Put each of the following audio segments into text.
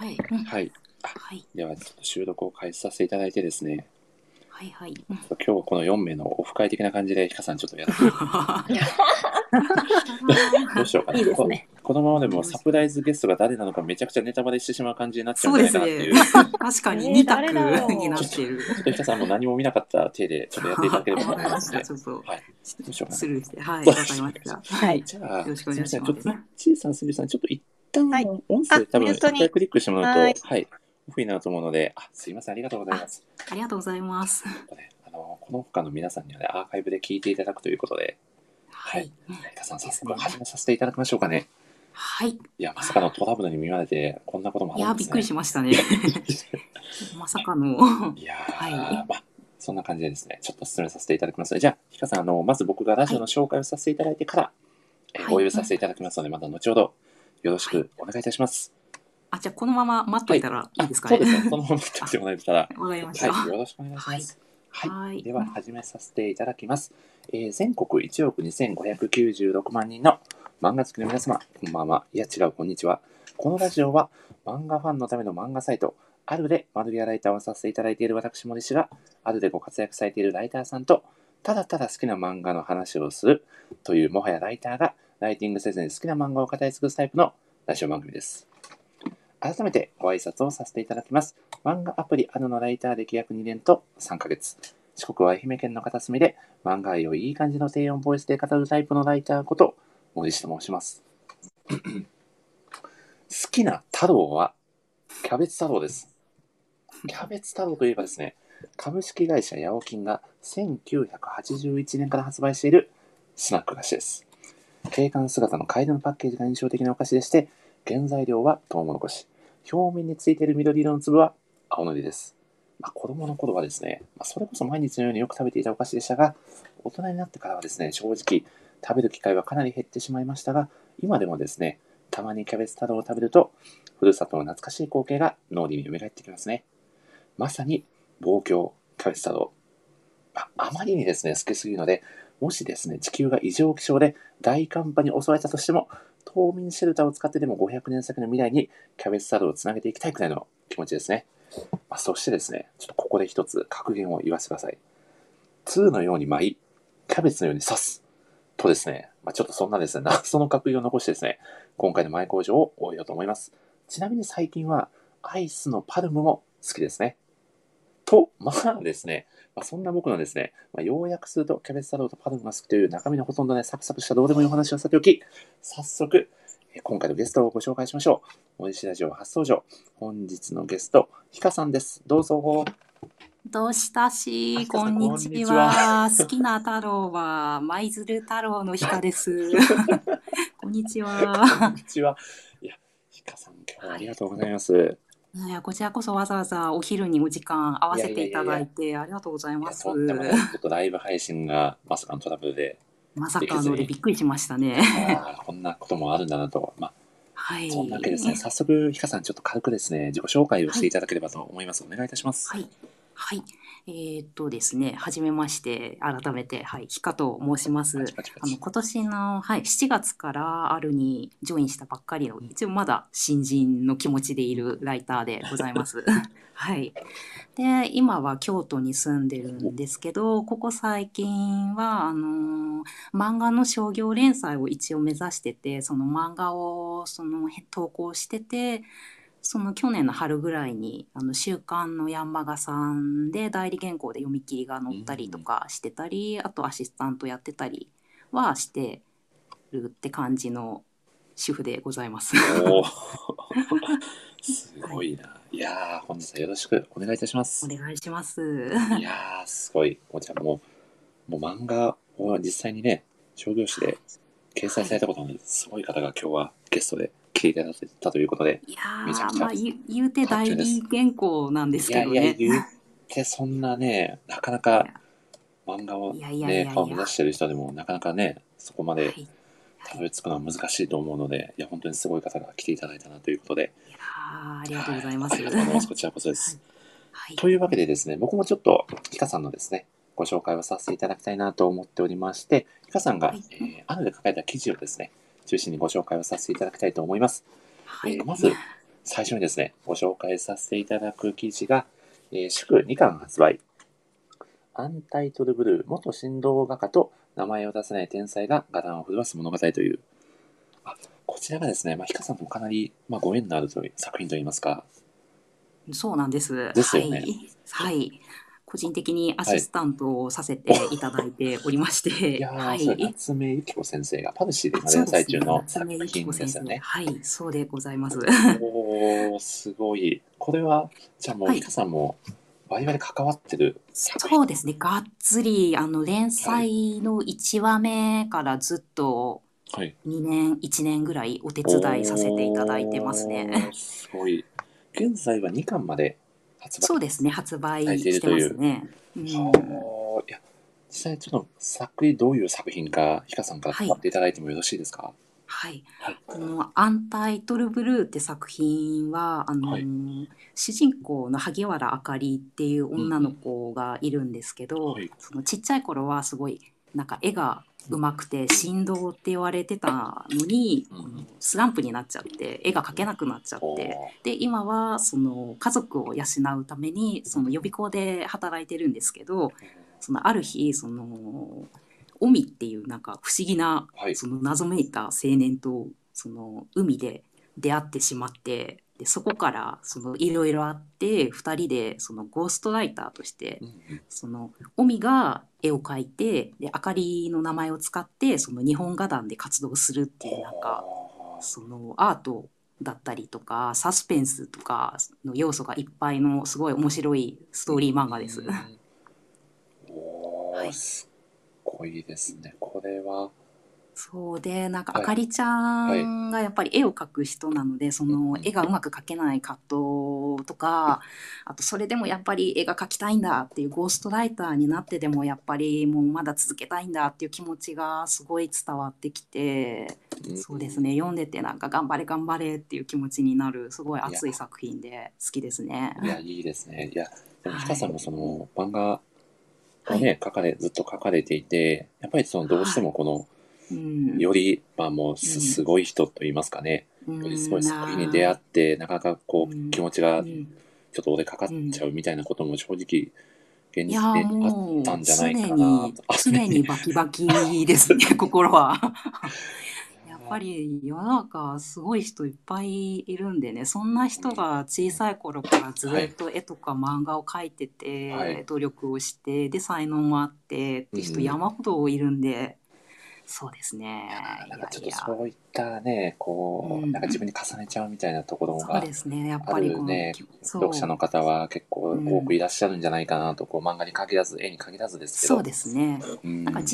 はい。うん。 はい。 はい。 では、ちょっと収録を開始させていただいてですね、 はいはい。 今日はこの4名のオフ会的な感じで、ひかさんちょっとやらせていただきます。どうしようかな。 いいですね。 このままでもサプライズゲストが誰なのかめちゃくちゃネタバレしてしまう感じになっちゃうんそうじゃないですね。 かなっていう。 確かに2 誰だろう択になってる。 ちょっとひかさんも何も見なかった手でちょっとやっていただければとわかりました。 思いますので、 ちょっと、 はい。どうしようかな。 スルーして。はい。 そうわかりました。 はい。 じゃあ、 よろしくお願いしますすみません。ちょっと、ちいさん、すみさん、ちょっと一旦はい音声多分ミュートに一回クリックしてもらうと、 はいはい、オフになると思うので、すいません。ありがとうございます。 ありがとうございます。 この他の皆さんにはね、アーカイブで聞いていただくということで、 はい。 ひかさん、早速始めさせていただきましょうかね。 はい。 いや、まさかのトラブルに見舞われて、こんなこともあいや、 るんですね。 びっくりしましたね。まさかの。 いやはい。 まあ、そんな感じでですね、ちょっと進めさせていただきますので、じゃあ、ひかさん、まず僕がラジオの紹介をさせていただいてから、 はいお呼びさせていただきますので、また後ほどよろしくお願いいたします。 あ、じゃあこのまま待っといたらいいですかね。 そうですね、そのまま待ってもらえたら、 わかりました。 はい、よろしくお願いします。はい、 はいでは始めさせていただきます。全国1億2596万人の漫画好きの皆様、こんばんは。いや違う、こんにちは。このラジオは漫画ファンのための漫画サイト、あるでマルビアライターをさせていただいている私森氏が、あるでご活躍されているライターさんと、ただただ好きな漫画の話をするという、もはやライターがライティングせずに好きな漫画を語り尽くすタイプのラジオ番組です。改めてご挨拶をさせていただきます。漫画アプリあるのライター歴約2年と3ヶ月。四国は愛媛県の片隅で漫画愛をいい感じの低音ボイスで語るタイプのライターこと森氏と申します。好きな太郎はキャベツ太郎です。キャベツ太郎といえばですね、株式会社ヤオキンが1981年から発売しているスナック菓子です。景観姿のカエルのパッケージが印象的なお菓子でして、原材料はトウモロコシ。表面についている緑色の粒は青のりです。子供の頃はですね、それこそ毎日のようによく食べていたお菓子でしたが、大人になってからはですね、正直食べる機会はかなり減ってしまいましたが、今でもですね、たまにキャベツ太郎を食べると、ふるさとの懐かしい光景が脳裏に蘇ってきますね。まさに望郷キャベツ太郎。あまりにですね、好きすぎるので、もしですね、地球が異常気象で大寒波に襲われたとしても、冬眠シェルターを使ってでも500年先の未来にキャベツ太郎をつなげていきたいくらいの気持ちですね。そしてですね、ちょっとここで一つ格言を言わせてください。2のように舞い、キャベツのように刺す。とですね、ちょっとそんなですね、謎の格言を残してですね、今回の舞工場を終えようと思います。ちなみに最近は、アイスのパルムも好きですね。と、ですね、そんな僕のですね、要約すると、キャベツ太郎とパルムが好きという中身のほとんどね、サクサクしたどうでもいいお話をさておき、早速、今回のゲストをご紹介しましょう。森氏ラジオ初登場。本日のゲスト、ひかさんです。どうぞ。 どうしたし、こんにちは。好きな太郎は舞鶴太郎のひかです。こんにちは。 こんにちは。いや、ひかさん、今日はありがとうございます。 いや、こちらこそわざわざお昼にお時間合わせていただいてありがとうございます。 とってもね、ちょっとライブ配信がまさかのトラブルで。 まさかのでびっくりしましたね。 こんなこともあるんだなと。 はい。 そんなわけですね、早速、ひかさん、ちょっと軽くですね、自己紹介をしていただければと思います。お願いいたします。 はい。はい。ですね、はじめまして、改めて、ひかと申します。今年の、7月からあるにジョインしたばっかりの、一応まだ新人の気持ちでいるライターでございます。はい。で、今は京都に住んでるんですけど、ここ最近は、漫画の商業連載を一応目指してて、その漫画を投稿してて、その去年の春ぐらいに週刊のヤンマガさんで代理原稿で読み切りが載ったりとかしてたり、あとアシスタントやってたりはしてるって感じの主婦でございます。 すごいな。いやー、本日はよろしくお願いいたします。 お願いします。 いやー、すごい。じゃあもう漫画を実際にね、商業誌で掲載されたことのすごい方が今日はゲストで来ていただいたということで、 いやー、言うて代理原稿なんですけどね。 いや言うてそんなね、なかなか漫画をね、ファンを目指してる人でもなかなかね、そこまでたどり着くのは難しいと思うので、いや本当にすごい方が来ていただいたなということで。 いやありがとうございます。 ありがとうございます。こちらこそです。というわけでですね、僕もちょっとひかさんのですね、ご紹介をさせていただきたいなと思っておりまして、ひかさんが、アヌで書かれた記事をですね、中心にご紹介をさせていただきたいと思います。まず、 最初にですね、ご紹介させていただく記事が、祝2巻発売。アンタイトルブルー、元神童画家と名前を出せない天才が画壇を震わす物語という。あ、こちらがですね、ひかさんともかなり、ご縁のある作品といいますか。 そうなんです。 ですよね。 はい。はい。個人的にアはい。 シスタントをさせていただいておりまして、はそれ、 い。 夏目ゆき子先生がパルシーで今連そうですね。 載中の作夏目ゆき子先生。 品ですよね。 はい。そうでございます。 おー、すごい。これは、じゃあもう、ひはい。 かさんもバリバリ関わってる作品。 そうですね。がっつり、連はい。 載の1話目からずっとはい。 2年、1年ぐらいお手伝いさせていただいてますおー、 ね。 すごい。現在は2巻まで発売そうですね。発されてい売してるという。 ますね。うん。 はあ、いや、実際ちょっと作品、どういう作品か、ひかさんからはい。 語っていただいてもよろしいですか？ はい。 はい。 このアンタイトルブルーって作品は、 はい。 主人公の萩原あかりっていううんう女のん。 子がいるんですけど、 はい。 そのちっちゃい頃はすごい、なんか絵が上手くて神童って言われてたのに、 うんうん。 スランプになっちゃって、絵が描うんうん。 けなくなっちゃって、 おー。 で、今はその家族を養うために、 うんうん。 その予備校で働いてるんですけど、そのある日、その、オミっていうなんか不思議なはい。 その謎めいた青年とその海で出会ってしまって、でそこからそのいろいろあって2人でそのゴーストライターとしてうんうん。 そのオミが絵を描いて、であかりの名前を使ってその日本画壇で活動するっていうなんかはそのアートだったりとかサスペンスとかの要素がいっぱいのすごい面白いスー。うトーリー漫画です。 ーん。おー、 はい。 すっごいですね。これは、 そうで、なんかあはい。 かりちゃはい。 んがやっぱり絵を描く人なので、そのうんうん。 絵がうまく描けない葛藤とか、あとそれでもやっぱり絵が描きたいんだっていうゴーストライターになってでもやっぱりもうまだ続けたいんだっていう気持ちがすごい伝わってきて、 うん。 そうですね、読んでてなんか頑張れ頑張れっていう気持ちになるすごいいや、 熱い作品で好きですね。 いいですね。でも、ひかはい。 さんもその漫画はい。 をね、ずっと書かれていて、やっぱりそのどうしてはい。 もこの、 うん。 より、もうすうん。 ごい人と言いますかね、 うよりすごいん。 作品に出会って、なかなかこう、気うん。 持ちがうん。 ちょっと折れかかっうん。 ちゃうみたいなことも正直、現いやー実であったもうんじゃないかなと。 常にバキバキですね、心は。やっぱり世の中すごい人いっぱいいるんでね、そんなうん。 人が小さい頃からはい。 ずっと絵とか漫画を描いてはい。 て、努力をして、で、才能もあってって人うんうん。 山ほどいるんで、そうですね。いなんかちょっとやいや。 そういったね、 うこう、なんか自分ん。 に重ねちゃうみたいなところそうがですね。やっあぱりこの、 るね、読者その方は結う。う構多くいん。 らっしゃるんじゃないかなと、こう漫画に限らず、絵に限らずですけど、 そうですね。 うん。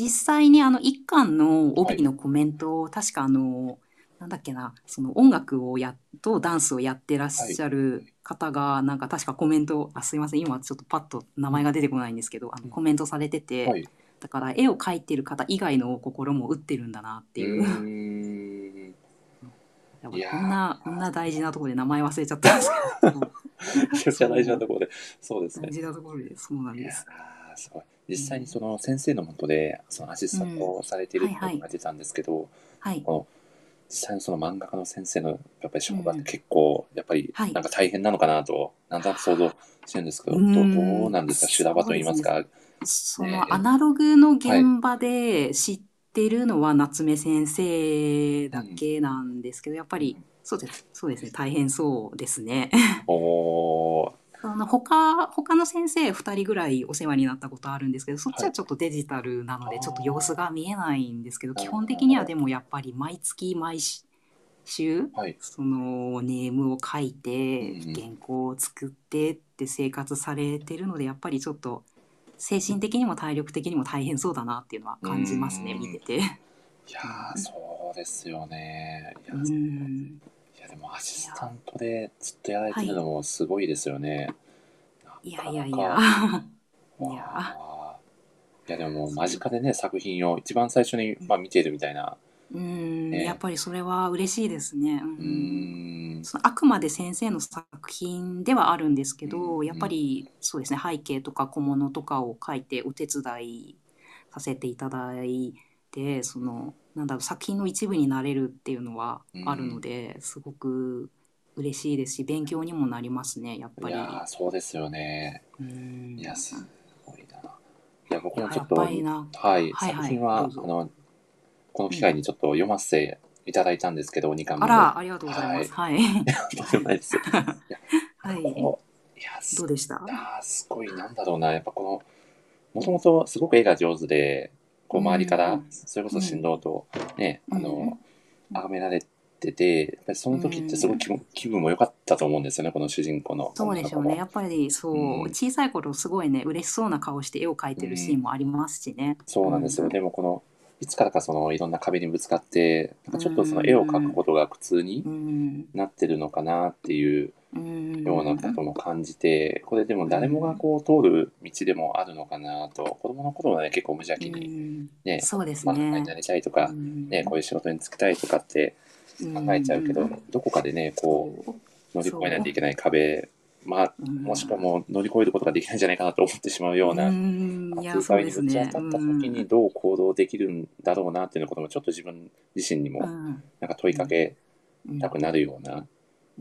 なんか実際に一巻のはい。 帯のコメントを確かなんだっけな、その音楽とダンスをやってらっはい。 しゃる方がなんか確かコメント、すいません今ちょっとパッと名うん。 前が出てこないんですけど、 うん。 コメントされてて、 はい。 だから絵を描いてる方以外の心も打ってるんだなってうーいう。 ん。 やばい、 いやこんな大事なところで名前忘れちゃったんですけど、 めちゃくちゃ大事なそう、 ところで、そうですね。 大事なところでそうなんいやです。 すごい。実うん。 際にその先生のもとで、そのアシスタントうん。 をされているっていうはいはい。 のが出たんですけど、 はい。 この実際のその漫画家の先生のやっぱり職場ってうん。 結構やっぱりはい。 なんか大変なのかなと、なんとなく想像してるんですけうーど、どうなんですか、修羅場とそうですね。 言いますか。 そのアねえ。 ナログのはい。 現場で知ってるのは夏目先生だうん。 けなんですけど、やっぱりそうですね、大変そうですね。 おー。 他の先生2人ぐらいお世話になったことあるんですけど、そっはい。 ちはちょっとデジタルなのあで、ちょっと様子が見えないんですけど、 あ、 基なるほど、 本的にはなるほど。 でもやっぱり毎月毎週、 はい。 そのネームを書いうんうて、 ん。 原稿を作ってって生活されてるので、やっぱりちょっと精神的にも体力的にも大変そうだなっていうのはうー感じますね、見ん。 てて。 いやうん、 そうですよね。 うん、 でもアシいや、 スタントでずっとやられてるのはい。 もすごいですよね。ないやかいやいや。 なか、 いや。 わあ。でももう間近でね、作品を一番最初に、見ているみたいな、 うん、やっね。 ぱりそれは嬉しいですね。ううーん、 ん。 あくまで先生の作品ではあるんですけうんど、やっうん。 ぱりそうですね、背景とか小物とかを書いてお手伝いさせていただいて、なんだろう、作品の一部になれるっていうのはあるのうん。 で、すごく嬉しいですし、勉強にもなりますね、やっぱり。 いやー、そうですよね。いや、すごいな。いや、僕もちょっと、 やっぱりはい、 はいはい、ど作品は、 うぞ。 このうん。 機会にちょっと読ませていただいたんですけど、2巻目も。 あら、ありがとうございはい。 ます。はい。 とんでもないですよ。いや、 はい。 こう、いや、 どうでした？ すごい、なんだろうな、やっぱこの、もともとすごく絵が上手で、こう、 うん周りから、 うんそれこそ神うん童と、ね、 うん崇められてて、やっぱりそうの時ってすごいん。 気分も良かったと思うんですよね、この主人公のそうでしょうね。 女の子も。 やっぱりそう、 うん、 小さい頃すごいね、嬉しそうな顔して絵を描いてるシーうん、 ンもありますしね。 そうなんですよ。 うんでもこの、いつからかそのいろんな壁にぶつかって、なんかうちょっとその絵を描くんことが苦痛にうんなってるのかなっていううようなことんも感じて、これでもう誰もがんこう通る道でもあるのかなと、子供の頃はね、結構無邪う気にん。 ね、 そうです漫画家にね。 なりたいとうか、ね、こうんいう仕事に就きたいとかってう考えちゃうけど、 ん。 どこかでね、こそうう乗り越えないといけそない壁、まあ、 う。 もしくはもう乗り越えることができないんじゃないかなと思ってしまうようないや、 熱いそう壁にぶち当ですね。 たった時にどう行動できるんだろうなっていうこともちょっと自分自身にもうんなんか問いかけうんたくなるような、 うん。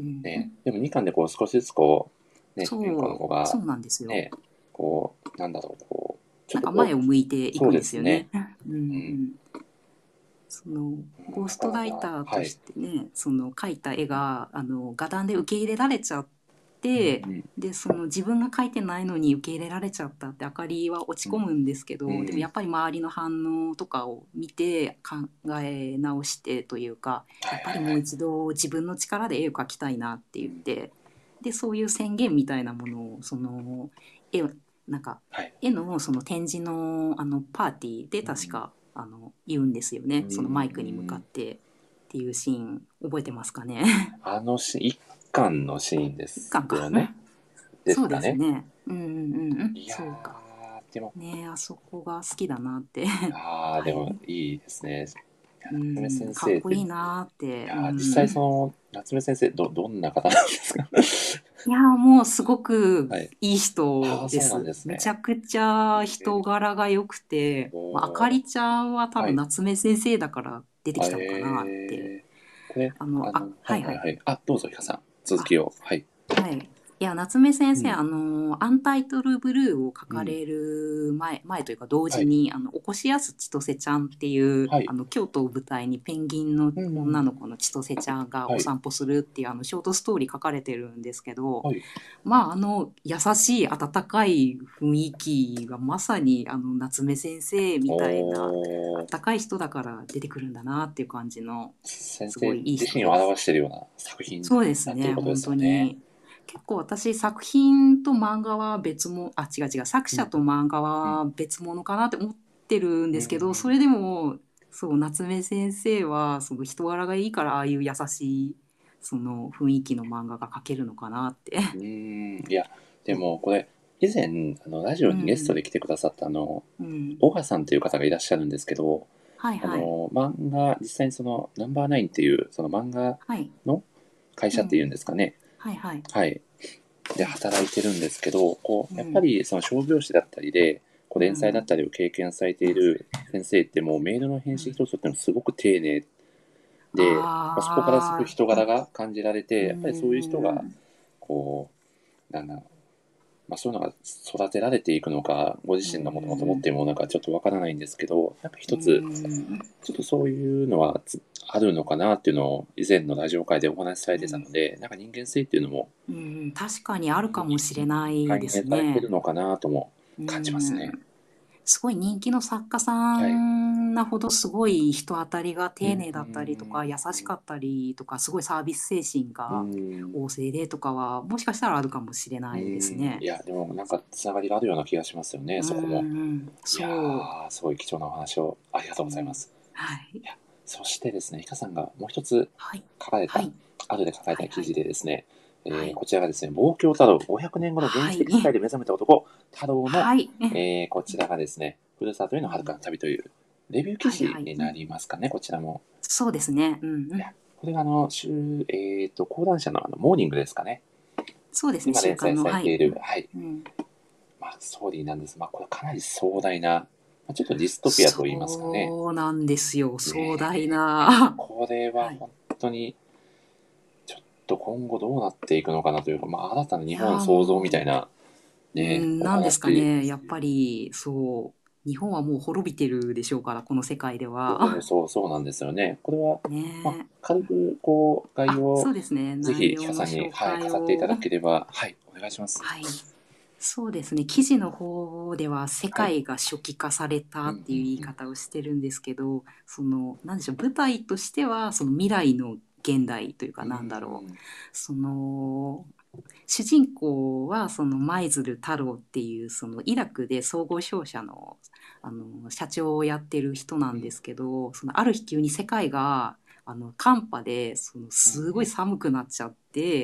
ね、でも2巻でこう少しずつこう、ね、主人公の子が、 そうなんですよ。 ね、こう、なんだろう、こう、ちょっなんかとこう、 前を向いていくんそうですね、 ですよね。うんううん、 ん。そのゴーなかなストライか、 ターとしはい、 てね、その描いた絵が画壇で受け入れられちゃっうんて、 うんでその自分が描いてないのに受け入れられちゃったってあかりは落ち込むんですけど、でもやうん、 っぱり周りの反応とかを見て考え直してというか、 はいやっぱりはいはい、 もう一度自分の力で絵を描きたいなってうん、 言って、でそういう宣言みたいなものをその絵をなんかはい、 絵のその展示のパーティーで確か言うんですよね。 うん、うそのマイクに向かっん、 てっていうシーン覚えてますかね。 一巻のシーンで一す巻か。 よね。でそうですすかね。 ね。うんうんうん。 いやそうか。 ー、でも、 ねえ、あそこが好きだなって。 でもはい。 いいですね。 う夏目ん、 先生って、 かっこいいなって。う実際そん。 の、夏目先生、どんな方なんですか？ いや、もうすごくはい。 いい人そうなんです。 ですね。 めちゃくちゃ人柄が良くて、まあ、あかおー、 りちゃんは多はい。 分夏目先生だから出てきたのかなって。 これ、はいはいはい。 はいはい。どうぞ、ひかさん。続あ、 きを。はい。 はい。いや、夏目先生、 うん。 アンタイトルブルーを書うん。 かれる前というか同はい。 時に、おこしやす千歳ちゃんっていう、 はい。 京都を舞台にペンギンのうん。 女の子の千歳ちゃんがはい。 お散歩するっていう、ショートストーリー書かれてるんですけど、 はい。 まあ、優しい温かい雰囲気がまさに、夏目先生みたいな、 おー、 温かい人だから出てくるんだなっていう感じの、 先生すごいいい自身を人です。 表しているような作品そうですだっていうね、本ことですよね。 当に。結構私、作品と漫画は別も、あ、違う違う、作うん。 者と漫画うん。 は別物かなって思ってるんうですけど、そん。 れでも、そう、夏目先生は、その人柄がいいから、ああいう優しい、その雰囲気の漫画が描けるのかなって。 うん。いや、でそう。 もこれ、以前、ラジオにゲストうん、 で来てくださったうん。 小川さんという方がいらっしゃるんですけど、 はいはい。 漫画、実際にその、ナンバーナインっていう、その漫画はい。 の会社っていうんうん。 ですかね。 はいはい。 はい。で、働いてるんですけど、こう、やっぱうん。 りその商業誌だったりで、こう連載だっうん。 たりを経験されている先生ってもうメールの返信うん。 一つとってもすごく丁寧で、そこからすごいあ人柄あ、 が感じられて、 うやっぱりそういう人が、 ん。 こう、そういうのが育てられていくのか、ごう自身がもともと持っん。 ているものかちょっとわからないんですけど、やっぱう一つ、 ん。 ちょっとそういうのはあるのかなっていうのを以前のラジオ会でお話しされてたうん。 ので、なんか人間性っていうのもうん、確かにあるかもしれうんないで反映されてるすね。 のかなともう感じますね。 ん。すごい人気の作家さはい。 んなほどすごい人当たりがう丁寧だったりとん。 か優しかったりとかすごいサービス精神うがん。 旺盛でとかはもしかしたらあるかもしれうないですん。いね。 や、でもなんかつながりがあるような気がしますよね、 うそこも。 ん、 いやそすごい貴重なお話をありがとう。うん、 うございます。 はい。 いや、そしてですね、ひかさんがもう一つはい。 書かれた、 はい。 後で書かれはい。 た記事はい。 でですね、 はい。 こちらがですね、望郷太郎、500年後の現はい。 実的世界で目覚めた男、太郎の、 はい。 こちらがですね、ふるさとへの遥かなうん、 旅というレビュー記はい。はい。 事になりますかね、こちらも。 そうですね。うん。うん。 いや、これが講談社のモーニングですかね。 そうですね。 今週刊の。 連載されはい。 ている、はい。 うん。 ストーリーなんです。これかなり壮大な、ちょっとディストピアと言いますかね。 そうなんですよ。壮ね大な。 これははい。 本当に、ちょっと今後どうなっていくのかなというか、まあ、新たない日や本ー創造みたいもなう、 ね、おなんですか話、 ね。やっぱり、そう、日本はもう滅びてるでしょうから、この世界では。 そうなんですよね。これは、まあ、 ねえ。 軽くこう概要あ、そをうですね。 ぜひ、 内容ひかさんに、 の紹はい、 介を。 語っていただければ、はい、お願いします。 はい。そうですね。記事の方では世はい。 界が初期化されたうんっていう言いうん方をしてるんですけど、なんでしょう、舞台としては、その未来の現代というか、 うん。 なんだろう。 ん。 その、主人公はその舞鶴太郎っていうそのイラクで総合商社の、社長をやってる人なんですけど、そのある日急に世界が寒波ですごい寒くなっちゃって、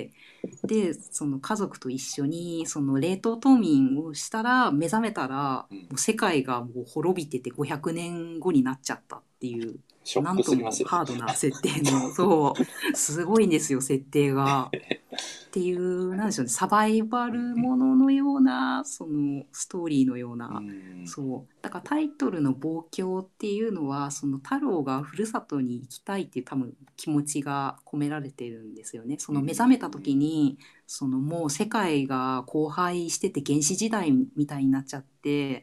でその家族と一緒にその冷凍冬眠をしたら目覚めたらうん。 もう世界がもう滅びてて500年後になっちゃったっていう、 ショッなんとクすぎますよ。 もハードな設定の、そうすごいんですよ設定が。っていう、なんでしょうね、サバイバルもののような、そのストーリーのよううな、 ん。 そう。だからタイトルの望郷っていうのは、その太郎がふるさとに行きたいっていう多分気持ちが込められてるんですよね。その目覚めた時に、もう世界が荒廃してて原始時代みたいになっちゃって、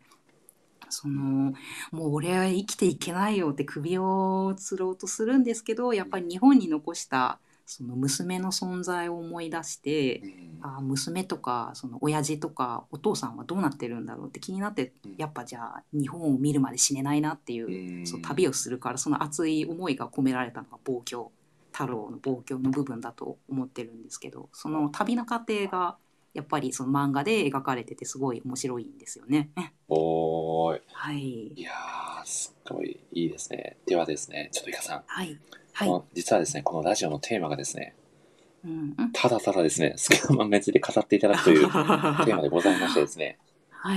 そのもう俺は生きていけないよって首を吊ろうとするんですけど、やっぱり日本に残したその娘の存在を思い出して、娘とかその親父とかお父さんはどうなってるんだろうって気になって、やっぱじゃあ日本を見るまで死ねないなっていう、そう旅をするから、その熱い思いが込められたのが望郷太郎の望郷の部分だと思ってるんですけど、その旅の過程がやっぱりその漫画で描かれててすごい面白いんですよね。 おーい。 はい。 いやー、すっごいいいですね。ではですね、ちょっとイカさん、 はい。はい。 実はですね、このラジオのテーマがですね、 うんうん。 ただただですね、好きな漫画について語っていただくというテーマでございましてですね、 はい。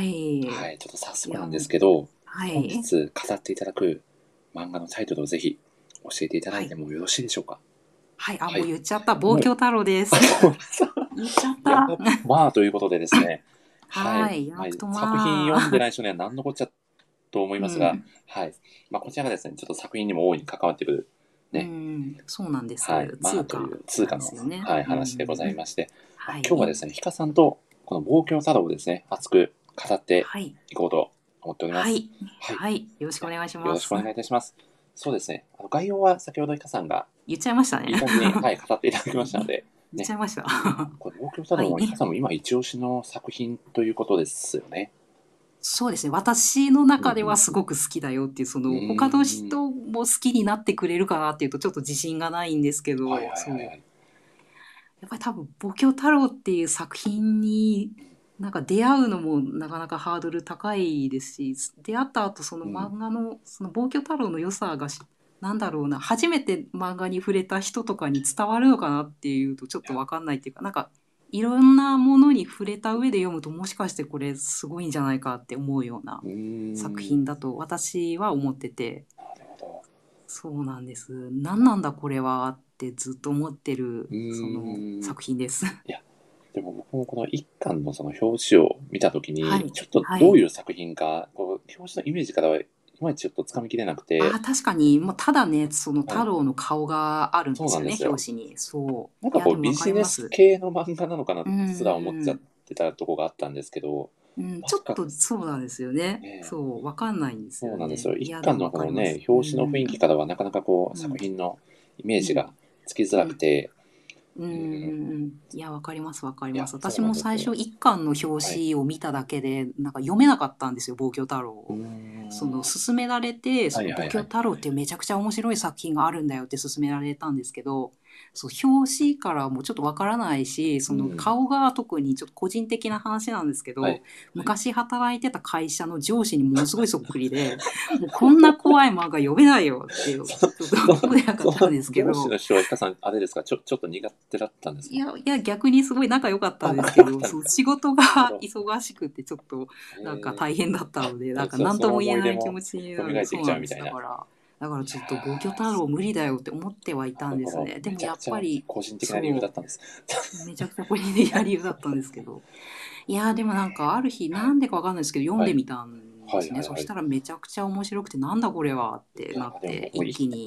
はい、ちょっと早いや、 速なんですけど、 はい。 本日語っていただく漫画のタイトルをぜひ教えていただはい。 いてもよろしいでしょうか。 はい。あ、 はい。 もう言っちゃった。望もう、 郷太郎であ、 す。 ごめんなさ言っちゃっい。やた。 まあ、ということでですね、はい。 はい。 まあ、 ヤクト作品読んでまあ。 ない人には何のこっちゃと思いますが、 うん。 はい。まあ、こちらがですね、ちょっと作品にも大いに関わってくる、 うね、 ん。そうなんではい。 す。 まあ、 通貨という通なん貨の、 ですよね。 はい、 う話でございん。 まして、まあ、 はい。 今日はですね、ひかさんとこの望郷太郎をですね、熱く語ってはい。 いこうと思っております。 はい。 はい。 はい。よろしくじゃお願いします。 よろしくお願いいたします。そうですね、概要は先ほどひかさんが言っちゃいましたね。 いい感じに、はい、語っていただきましたので、ね、 言っちゃいました。 これ、望郷太はい。 郎のひかさんも今一押しの作品ということですよね。 そうですね。私の中ではうんすごく好きだよっていう、 うん。う他のーん。 人も好きになってくれるかなっていうとちょっと自信がないんですけはいど、 はいはいはい。 やっぱり多分「望郷太郎」っていう作品になんか出会うのもなかなかハードル高いですし、出会った後そのうん。 漫画のその望郷太郎の良さがなんだろうな、初めて漫画に触れた人とかに伝わるのかなっていうとちょっと分かんないっていうか、なんかいろんなものに触れた上で読むともしかしてこれすごいんじゃないかって思うようなうー作ん。 品だと私は思ってて、 なるほど。 そうなんです。何なんだこれはってずっと思ってるうそのーん。い作品です。 や、でも僕もこの一巻のその表紙を見たときに、 はい。 ちょっとはい。 どういう作品か、こう、表紙のイメージからはいまいちちょっとつかみきれなくて、 ああ、確かに、もうただね、そのはい。 太郎の顔があるんそうですよね、 なんですよ。 表紙に。そう。いや、 なんかこうでもわかビジネスります。 系の漫画なのかなうんうすら思っちゃっんてたとこがあったんですけど、 うん。うん、 まさかちょっとそうなんですよね。 ね、 そう、わかんないんですよね。 そうなんですよ。 いや、でも一巻のわかります。 このね、 う表紙の雰囲気んからはなかなかこううん。 作品のイメージがうん。 つきづらくうん。 て、 うんうんうん、 うん。いや、わかります、わかりいや、 ます。 そう私も最初なんですよ。 一巻の表はい。 紙を見ただけで、なんか読めなかったんですよ、望郷太郎うーを。 ん。 勧められて、望郷はいはいはい。 太郎っていうめちゃくちゃ面白い作品があるんだよって勧められたんですけど、表紙からもちょっとわからないし、そのうん。 顔が特にちょっと個人的な話なんですけど、 はい。 昔働いてた会社の上司にものすごいそっくりで、もうこんな怖い漫画読めないよってちょっそとそ思ってなかったんのですけど、 上司の人は、ひかさん、あれですか、ちょっと苦手だったんですか？ いや、いや、逆にすごい仲良かったあ、 んですけど、 仲良かったんですか？ 仕事がなるほど。 忙しくてちょっとなんかえ大変だったあ、 ので、なんか何そのとも言えない気思い出も持ちになる。 蘇ってきそうなんです。 ちゃうみたいな。 だからいやちょっと望郷ー、 太郎無理だよって思ってはいたなるほど。 んですね。でもやめちゃくちゃっぱり、 個人的な理由だっそたんです。 う、めちゃくちゃこれでやり由だったんですけど。いやーでもなんかある日はい。 なんでかわかんないですけど読んはい。 でみたんですね。 はいはいはい。 そしたらめちゃくちゃ面白くてなんだこれはっていや、 なって、 でも僕も一気に。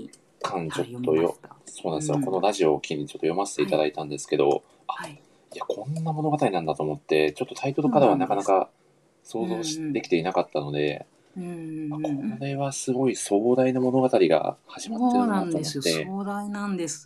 巻ちょっ読みとました。 そうなんですよ、 うんこのラジオを機にちょっと読ませていただいたんですけど、 はい。 いや、こんな物語なんだと思って、ちょっとタイトルからはそうなんです。 なかなか想像うんうんできていなかったので、 うんうんこうん。 れはすごい壮大な物語が始まってそうるなとなんですよ。 思って、 壮大なんです。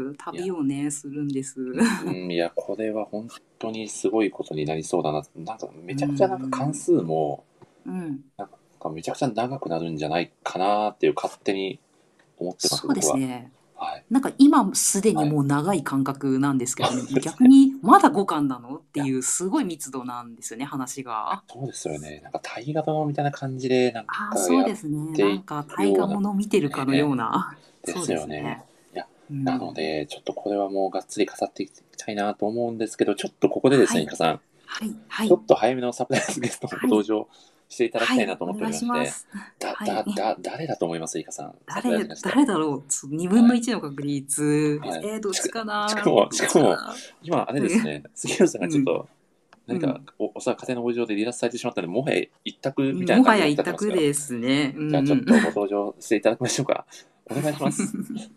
旅をね、するんです。 いや、これは本当にすごいことになりそうだな。なんかめちゃくちゃなんか関うん数も、 うん。 なんかめちゃくちゃ長くなるんじゃないかなっていう勝手に思ってます、 そうで僕は。 すね。 はい。 なんか今すでにもう長い感覚なんですけどね、逆にまだ5巻なのっていうすごい密度なんですよね、話が。 そうですよね。なんか大河ドラマみたいな感じで、なんああ、 かやっそうですね。 ていなんかくような、 大河もの見てるかのような。 でそうすよね。 ですね。 いや、 うんなので、ちょっとこれはもうがっつり語っていきたいなと思うんですけど、ちょっとここでですね、 はいイカさん、 はいはいちょっと早めのサプライズゲストのご登場していただきはい、 たいなと思っておお願いりまして、 します。はい。 誰だと思います、イカさん、サプライズゲスト。 誰だろう。2分の1の確率。 はい。 どっちかな。 しかどっちかも、 な。 今あれですね、杉浦さんがちょっと、何かうんおそらく家庭のご事情で離脱されてしまったので、もはや一択みたいなもはや感じになっちゃってますが、 一択ですね。うんじゃあちょっうん。 とご登場していただきましょうか。お願いします。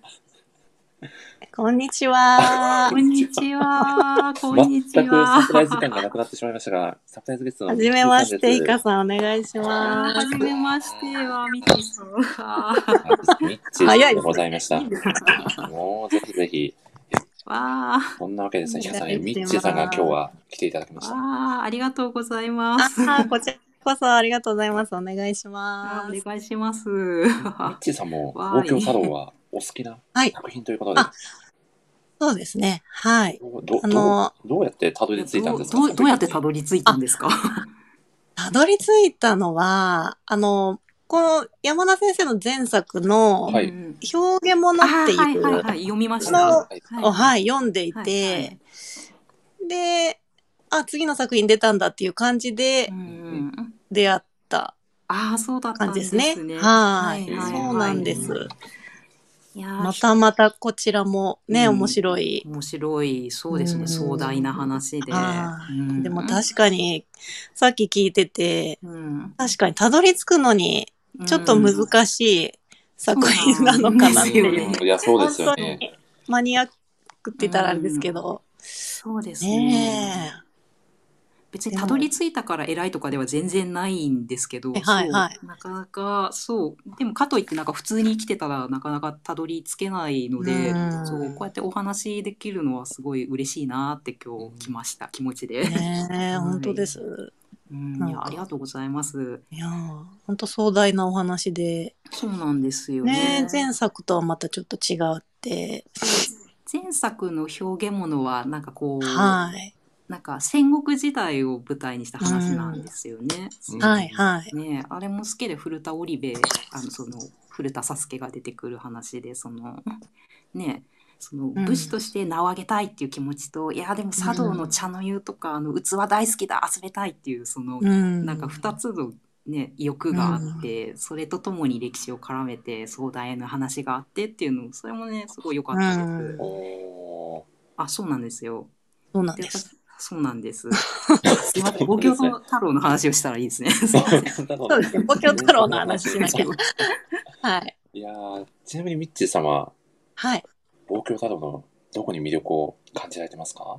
こんにちはこ。んにちは。こんにち全くサプライズは。 感がなくなってしまいましたが、サプライズゲストのはミッキじめましーさんです。 て、いかさんお願いしはまじめましては、ミキさん。 ミッチーさんでございました。 いいですか。 もうぜひぜひ、 わあ、 そんなわけですね、 お皆さん、 願いしますミッチーさんが今日は来ていただきました。 わあ、ありがとうございます。 す。 こちらこそありがとうございます。お願いしおます。 願いします。 ミッチーさんも東京太郎はお好きなはい作品ということで、 そうですね。はい。 どうやってたどり着いたんですか？ どうやってたどり着いたんですか？ たどり着いたのは、この山田先生の前作のはいうん表現物ってはいいう、 はいはい、読みましのた。 はい、読んでいはいて、で、次の作品出たんだっていう感じでうん出会ったああ、そうだったん感じでですすね。 ね。 はい。 はいそうなんです。 いやーまたまたこちらもね、面白い。 面白い、そうですね、壮大な話で。 でも確かに、さっき聞いてて、確かにたどり着くのに、ちょっと難しい作品なのかなっていう。 いや、そうですよ本当ね。 にマニアックって言ったらあれですけど。 そうですね。別にたどり着いたから偉いとかでは全然ないんですけど、なかなかそうでもかといってなんか普通に生きてたらなかなかたどり着けないので、そうこうやってお話できるのはすごい嬉しいなって今日来ました気持ちで。 本当です。 いやありがとうございます。 いや本当壮大なお話で。 そうなんですよね。 前作とはまたちょっと違って。 前作の表現物はなんかこう。 はい。 なんか戦国時代を舞台にした話なんですよね。 はいはい。 ねあれも好きで古田織部その古田佐助が出てくる話でその武士として名を上げたいっていう気持ちと、いやでも茶道の茶の湯とか器大好きだ遊べたいっていうその、なんか2つのね欲があって、それとともに歴史を絡めて壮大な話があってっていうのそれもねすごい良かったです。あ、そうなんですよ。 そうなんです。 そうなんです。すみません、東京太郎の話をしたらいいですね。 そうですね、東京太郎の話しなきゃ。はい。 いやちなみにミッチー様、 はい。 東京太郎のどこに魅力を感じられてますか？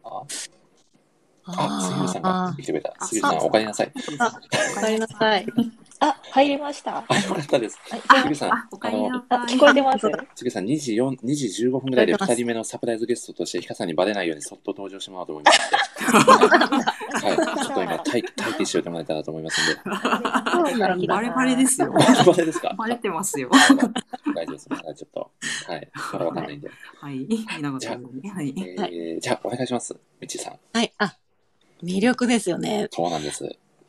杉浦さんが来てくれた。杉浦さん、お帰りなさい。 お帰りなさい。 入りました。 よかったです。杉浦さん、 聞こえてます。 杉浦さん、2時15分ぐらいで2人目のサプライズゲストとして、ヒカさんにバレないようにそっと登場してもらおうと思いまして。はい、ちょっと今、待機しておいてもらえたらと思いますので。 バレバレですよ。 バレですか？ バレてますよ。 大丈夫です。まだちょっと、はい、まだわかんないんで。 はい、じゃあ、お願いします、みちさん。 はい、魅力ですよね。 そうなんです。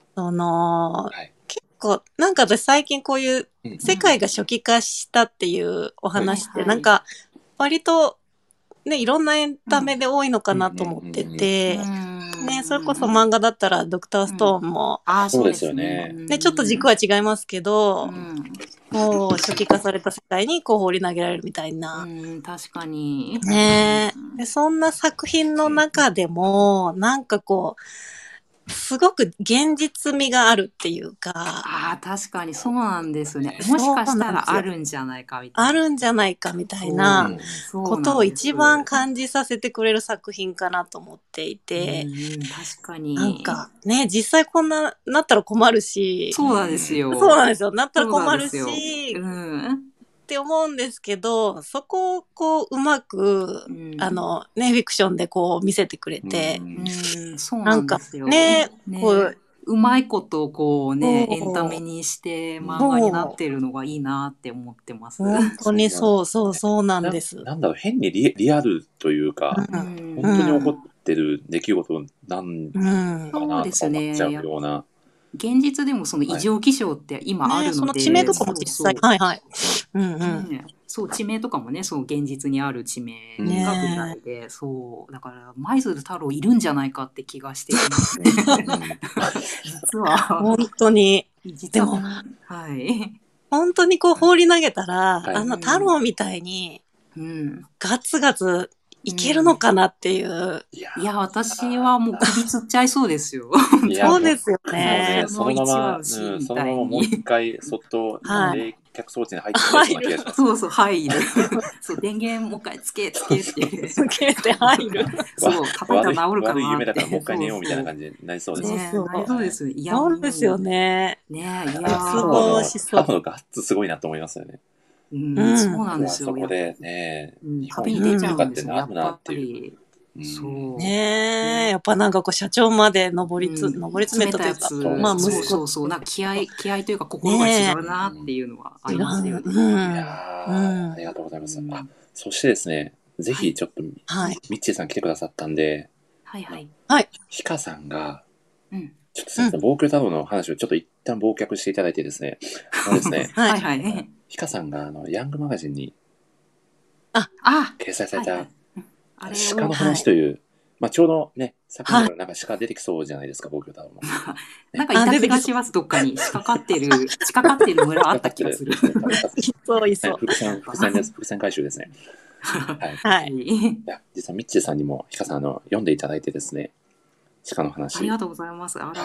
結構、なんか私最近こういう世界が初期化したっていうお話って、なんか割とね、いろんなエンタメで多いのかなと思ってて、ね、それこそ漫画だったらドクターストーンも、 そうですよね。 ね、ちょっと軸は違いますけど、もう初期化された世界にこう放り投げられるみたいな。 確かに。 ねで、そんな作品の中でも、なんかこう、 すごく現実味があるっていうか、 ああ、確かにそうなんですね。もしかしたらあるんじゃないかみたいな。 あるんじゃないかみたいなことを一番感じさせてくれる作品かなと思っていて、 確かに。 なんかね、実際こんななったら困るし、 そうなんですよ。 そうなんですよ。なったら困るし、って思うんですけど、そこをこううまく、ね、フィクションでこう見せてくれて、 そうなんですよ。 ね、こう、 うまいことをこうね、エンタメにして漫画になってるのがいいなって思ってます。 本当にそうなんです。 なんだろう、変にリアルというか、本当に起こってる出来事なんかなとか思っちゃうような。 現実でもその異常気象って今あるので、 その地名とかも実際、はいはい。 そう、地名とかもね、そう、現実にある地名が舞台で、そう、だから、舞鶴太郎いるんじゃないかって気がしてきますね。実は。 本当に。 でも、はい。 本当にこう放り投げたら、太郎みたいに、ガツガツいけるのかなっていう。 いや、私はもう首つっちゃいそうですよ。 そうですよね。 そのままもう一回、そっと冷却装置に入ってるような気がします。 そうそう、入る。そう、電源もう一回つけって。 つけて入る。 そう、叩いたら治るかな。 悪い夢だからもう一回寝ようみたいな感じになりそうですね。なりそうです。いや、 そうですよね。 ね、いや、 太郎のガッツすごいなと思いますよね。 そうなんですよ。 そこでね、 旅に出ちゃうんですよ、やっぱり。 そうね、やっぱなんかこう社長まで上り詰めたやつ、 まあそうなんか気合というか心が違うなっていうのはありますよね。 ありがとうございます。そしてですね、ぜひちょっとミッチーさん来てくださったんで、ひかさんがちょっとすみません、望郷太郎の話をちょっと一旦忘却していただいてですね、ひかさんがヤングマガジンに掲載された鹿の話という、ちょうどね、作品からなんか鹿出てきそうじゃないですか、望郷太郎も。 なんかいた気がします、どっかに。鹿飼ってる村あった気がする。 いそう。 伏線回収ですね。 はい。 実はミッチーさんにもひかさん読んでいただいてですね、鹿の話。 ありがとうございます。 はい。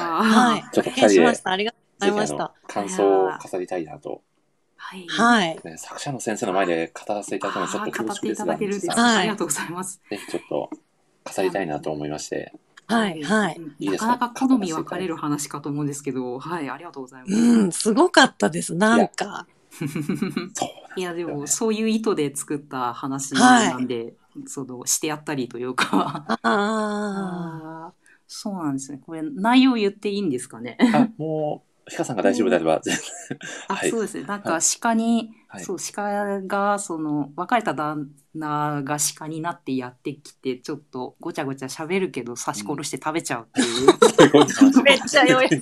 ちょっと二人で、 ありがとうございました。 感想を語りたいなと。 はい。 作者の先生の前で語らせていただくのはちょっと恐縮ですが、 ありがとうございます。 ちょっと語りたいなと思いまして。 はい。なかなか好み分かれる話かと思うんですけど、はい、ありがとうございます。 すごかったです、なんか。 いや、でも、そういう意図で作った話なんで、してやったりというか。そうなんですね。これ、内容言っていいんですかね。 もう、ひかさんが大丈夫であれば、 そうですね。なんか鹿に、鹿が、別れた旦那が鹿になってやってきて、ちょっとごちゃごちゃ喋るけど、刺し殺して食べちゃうっていう。 めっちゃ良い。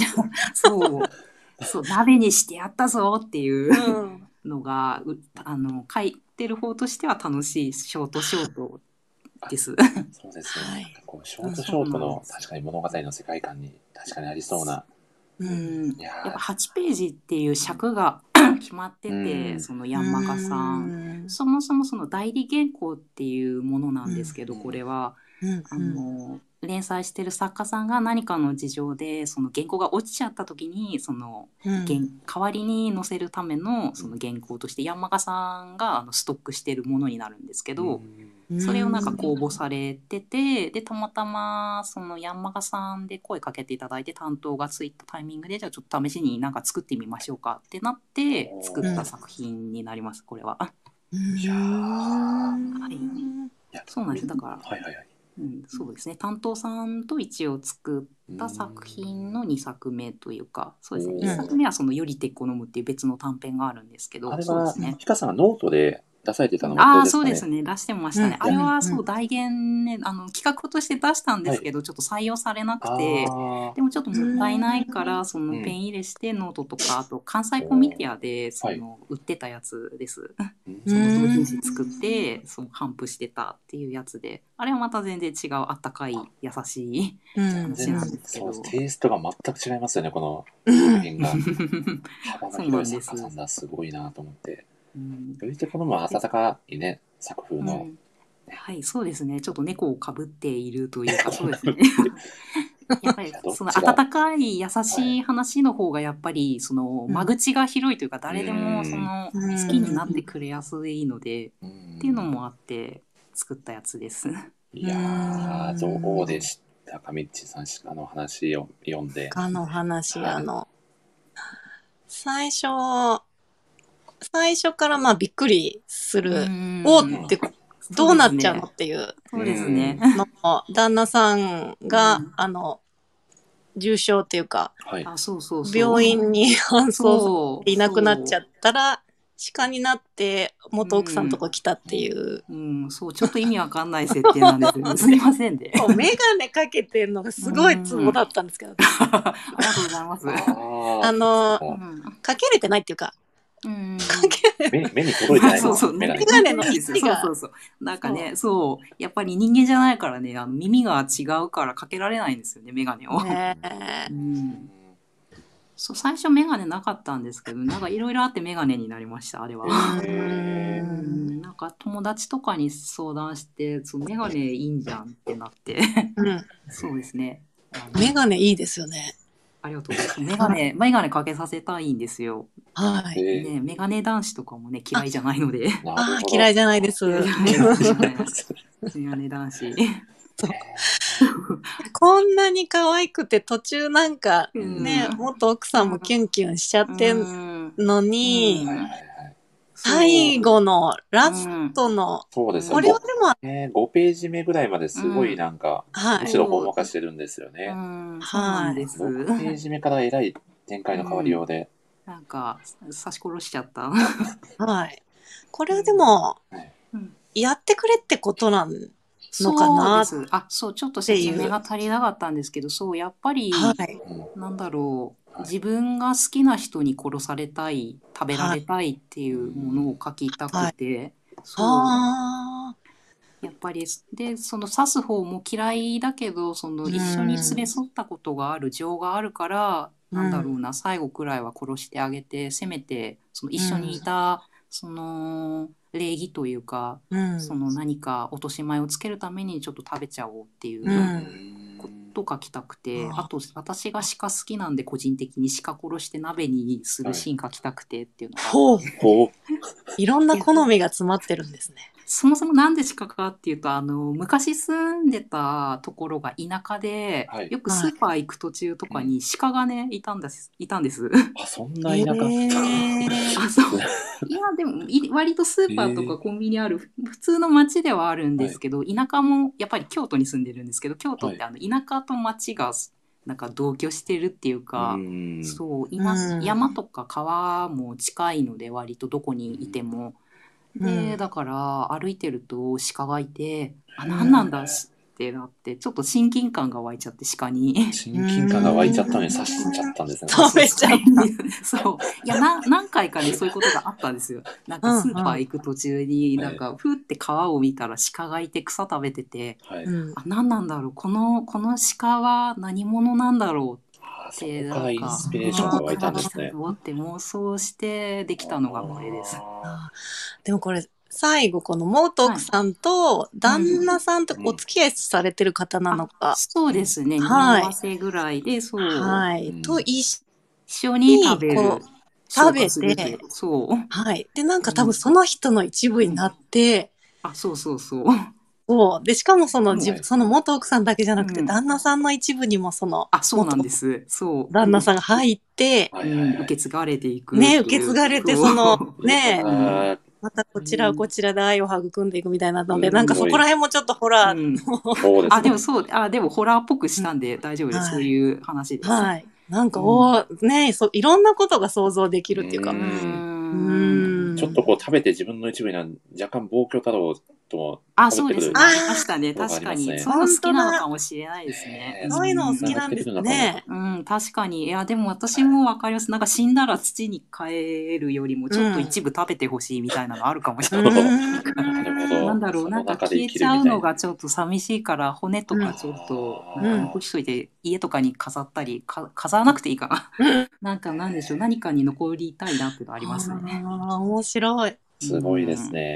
そう、鍋にしてやったぞっていうのが、書いてる方としては楽しいショートです。 そうですね。ショートの確かに物語の世界観に確かにありそうな。 やっぱ8ページっていう尺が決まってて、そのヤンマガさん、そもそもその代理原稿っていうものなんですけど、これは連載してる作家さんが何かの事情でその原稿が落ちちゃった時に代わりに載せるためのその原稿としてヤンマガさんがストックしてるものになるんですけど、それをなんか公募されてて、でたまたまそのヤンマガさんで声かけていただいて担当がついたタイミングで、じゃあちょっと試しになんか作ってみましょうかってなって作った作品になります、これは。そうなんです。だからそうですね、担当さんと一応作った作品の2作目というか、そうですね、1作目はその「よりて好む」っていう別の短編があるんですけど、 あれはひかさんがノートで出されてたのはそうですね、出してましたね。あれは代原ね、企画として出したんですけど、ちょっと採用されなくて、でもちょっともったいないからそのペン入れしてノートとか、あと関西コミティアで売ってたやつです。その同人誌作って頒布してたっていうやつで、あれはまた全然違うあったかい優しい話なんですけど、 テイストが全く違いますよね、この作品が。幅が広い作家さんだ、すごいなと思って。よりて好む温かいね、作風の。 はい、そうですね。ちょっと猫をかぶっているというか、そうですね。 やっぱりその温かい優しい話の方がやっぱりその間口が広いというか、誰でもその好きになってくれやすいのでっていうのもあって作ったやつです。 いやー、どうでしたか、みっちさん、鹿の話を読んで。 鹿の話、最初からまあびっくりする。おってどうなっちゃうのっていう。 そうですね。 旦那さんが、重症っていうか、病院に搬送されていなくなっちゃったら、鹿になって元奥さんとこ来たっていう。 そう、ちょっと意味わかんない設定なんですよね。すいませんね。 メガネかけてるのがすごいツボだったんですけど。 ありがとうございます。 かけれてないっていうか、 目に届いてない。 メガネの位置が。なんかね、そう、やっぱり人間じゃないからね、耳が違うからかけられないんですよね、メガネを。そう、最初メガネなかったんですけど、なんかいろいろあってメガネになりました、あれは。なんか友達とかに相談して、メガネいいんじゃんってなって。そうですね。 メガネいいですよね。 ありがとうございます。メガネかけさせたいんですよ。 はい。 ね、メガネ男子とかもね、嫌いじゃないので。 嫌いじゃないです。 メガネ男子。 こんなに可愛くて途中なんかね、元奥さんもキュンキュンしちゃってんのに、最後のラストの、 そうですね。 これはでも、 5ページ目ぐらいまですごいなんか、むしろほんわかしてるんですよね。 そうなんです。 6ページ目からえらい展開の変わりようで。 なんか、刺し殺しちゃった。 はい。これはでも、やってくれってことなんのかな。 そうです。そう、ちょっと説明が足りなかったんですけど、そう、やっぱり、なんだろう、自分が好きな人に殺されたい、食べられたいっていうものを書きたくて、そう。やっぱり、で、その刺す方も嫌いだけど、その一緒に連れ添ったことがある情があるから、なんだろうな、最後くらいは殺してあげて、せめて、その一緒にいた、その、礼儀というか、その何か落とし前をつけるためにちょっと食べちゃおうっていうこと書きたくて、あと私が鹿好きなんで個人的に鹿殺して鍋にするシーン書きたくてっていうのが、 いろんな好みが詰まってるんですね。 そもそもなんで鹿かっていうと、昔住んでたところが田舎で、よくスーパー行く途中とかに鹿がね、いたんです。 そんな田舎。 そう。いや、でも、割とスーパーとかコンビニある、普通の町ではあるんですけど、田舎も、やっぱり京都に住んでるんですけど、京都って田舎と町が、なんか同居してるっていうか、そう、山とか川も近いので、割とどこにいても。で、だから歩いてると鹿がいて、何なんだってなって、ちょっと親近感が湧いちゃって鹿に。 親近感が湧いちゃったのに刺しちゃったんですね。 食べちゃった。 そう。いや、何回かね、そういうことがあったんですよ。なんかスーパー行く途中に、なんか、ふーって川を見たら鹿がいて草食べてて、何なんだろう、この鹿は何者なんだろう。 そこからインスピレーションが湧いたんですね。 って妄想してできたのがこれです。 でもこれ最後この元奥さんと旦那さんとお付き合いされてる方なのか。 そうですね。匂わせぐらいで、そう。 はい。と一緒に食べて、 そう。 はい。で、なんか多分その人の一部になって、 そうそうそう。 そう。で、しかもその元奥さんだけじゃなくて、旦那さんの一部にもそうなんです。そう。 旦那さんが入って、 受け継がれていく。 ね、受け継がれて、またこちらはこちらで愛を育んでいくみたいなので、なんかそこら辺もちょっとホラー。 でもそう、でもホラーっぽくしたんで大丈夫です。そういう話です。 はい。なんか、いろんなことが想像できるっていうか。 ちょっとこう食べて自分の一部には若干暴挙太郎ともそうですね。ありましたね。確かに。そういうの好きなのかもしれないですね。 そういうの好きなんですね。 確かに。いや、でも私もわかります。なんか死んだら土に帰るよりもちょっと一部食べてほしいみたいなのあるかもしれない。なんだろう、なんか消えちゃうのがちょっと寂しいから骨とかちょっと残しといて家とかに飾ったり、飾らなくていいかな。なんかなんでしょう、何かに残りたいなっていうのありますね。 面白い。 すごいですね。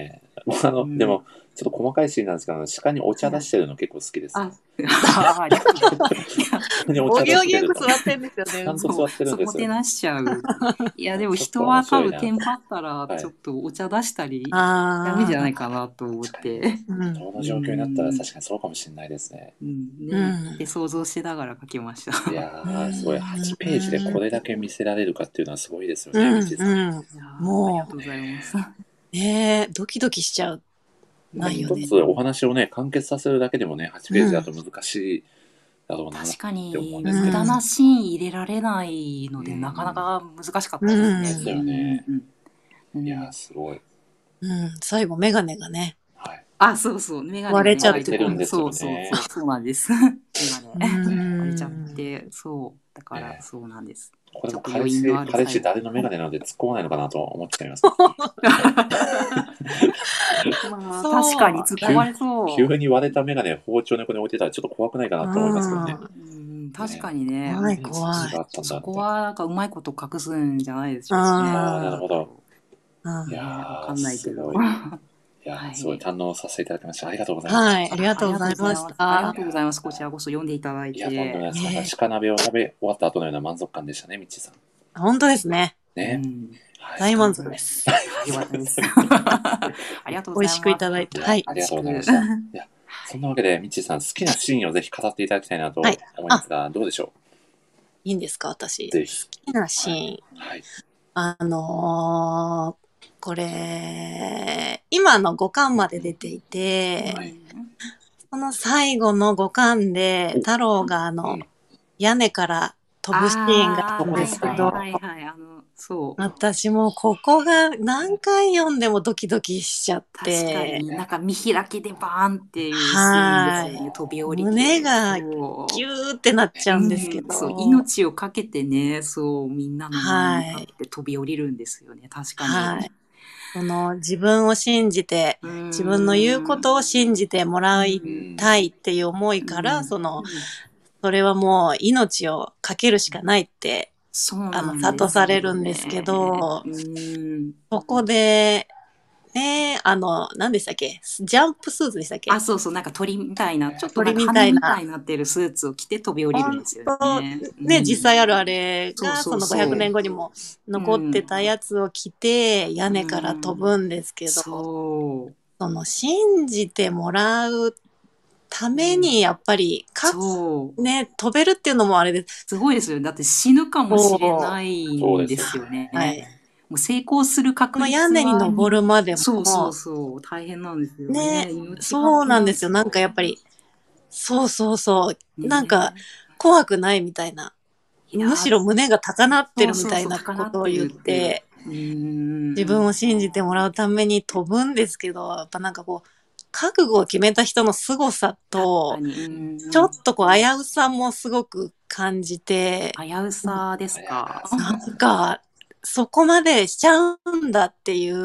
でも、ちょっと細かいシーンなんですけど、鹿にお茶出してるの結構好きです。 あ、 おぎおぎよく座ってるんですよね。 ちゃんと座ってるんですよ。 もてなしちゃう。いや、でも人は多分テンパったら、ちょっとお茶出したり、ダメじゃないかなと思って。 その状況になったら確かにそうかもしれないですね。 で、想像しながら書きました。 いやー、すごい。8ページでこれだけ見せられるかっていうのはすごいですよね、みちさん。 もう、ありがとうございます。 ドキドキしちゃう。 一つお話をね、完結させるだけでもね、8ページだと難しいだろうなって思うんですけど。 確かに、無駄なシーン入れられないので、なかなか難しかったですね。 ですよね。いやー、すごい。 最後、メガネがね。 あ、そうそう、メガネ割れちゃってるんですよね。 そうなんです。メガネ割れちゃって、そう、だからそうなんです。 これも彼氏誰のメガネなので突っ込まないのかなと思っちゃいます。 確かに突っ込まれそう。 急に割れたメガネ包丁の横に置いてたらちょっと怖くないかなと思いますけどね。 確かにね。 怖い。 そこはなんかうまいこと隠すんじゃないでしょうね。 なるほど。 いやわかんないけど。 いや、すごい堪能させていただきました。ありがとうございます。 はい、ありがとうございました。 ありがとうございます。こちらこそ読んでいただいて。 いや、とんでもないです。なんか鹿鍋を食べ終わった後のような満足感でしたね、みちさん。 本当ですね。 ね。 大満足です。 よかったです。ありがとうございます。 美味しくいただいて。 はい。ありがとうございました。いや、そんなわけで、みちさん、好きなシーンをぜひ語っていただきたいなと思いますが、どうでしょう？ いいんですか、私。 ぜひ。 好きなシーン。はい。これ、今の5巻まで出ていて、その最後の5巻で、太郎が屋根から飛ぶシーンがあるんですけど、私もここが何回読んでもドキドキしちゃって。 確かに、なんか見開きでバーンっていうシーンですよね、飛び降りて。 胸がギューってなっちゃうんですけど。 命をかけてね、みんなの前に立って飛び降りるんですよね、確かに。 自分を信じて、自分の言うことを信じてもらいたいっていう思いから、それはもう命をかけるしかないって、諭されるんですけど、そこで、ね、何でしたっけ？ジャンプスーツでしたっけ？ あ、そうそう、なんか鳥みたいな、ちょっとなんか羽みたいになってるスーツを着て飛び降りるんですよね。 ね、実際あるあれが、その500年後にも残ってたやつを着て、屋根から飛ぶんですけど、その信じてもらうためにやっぱりね、飛べるっていうのもあれです。 すごいですよね。だって死ぬかもしれないんですよね。もう成功する確率は屋根に登るまでもそう大変なんですよね。 そうなんですよ。なんかやっぱりなんか怖くないみたいな、むしろ胸が高鳴ってるみたいなことを言って、自分を信じてもらうために飛ぶんですけど、やっぱなんかこう覚悟を決めた人の凄さと、ちょっとこう危うさもすごく感じて。 危うさですか？ なんか、そこまでしちゃうんだっていう、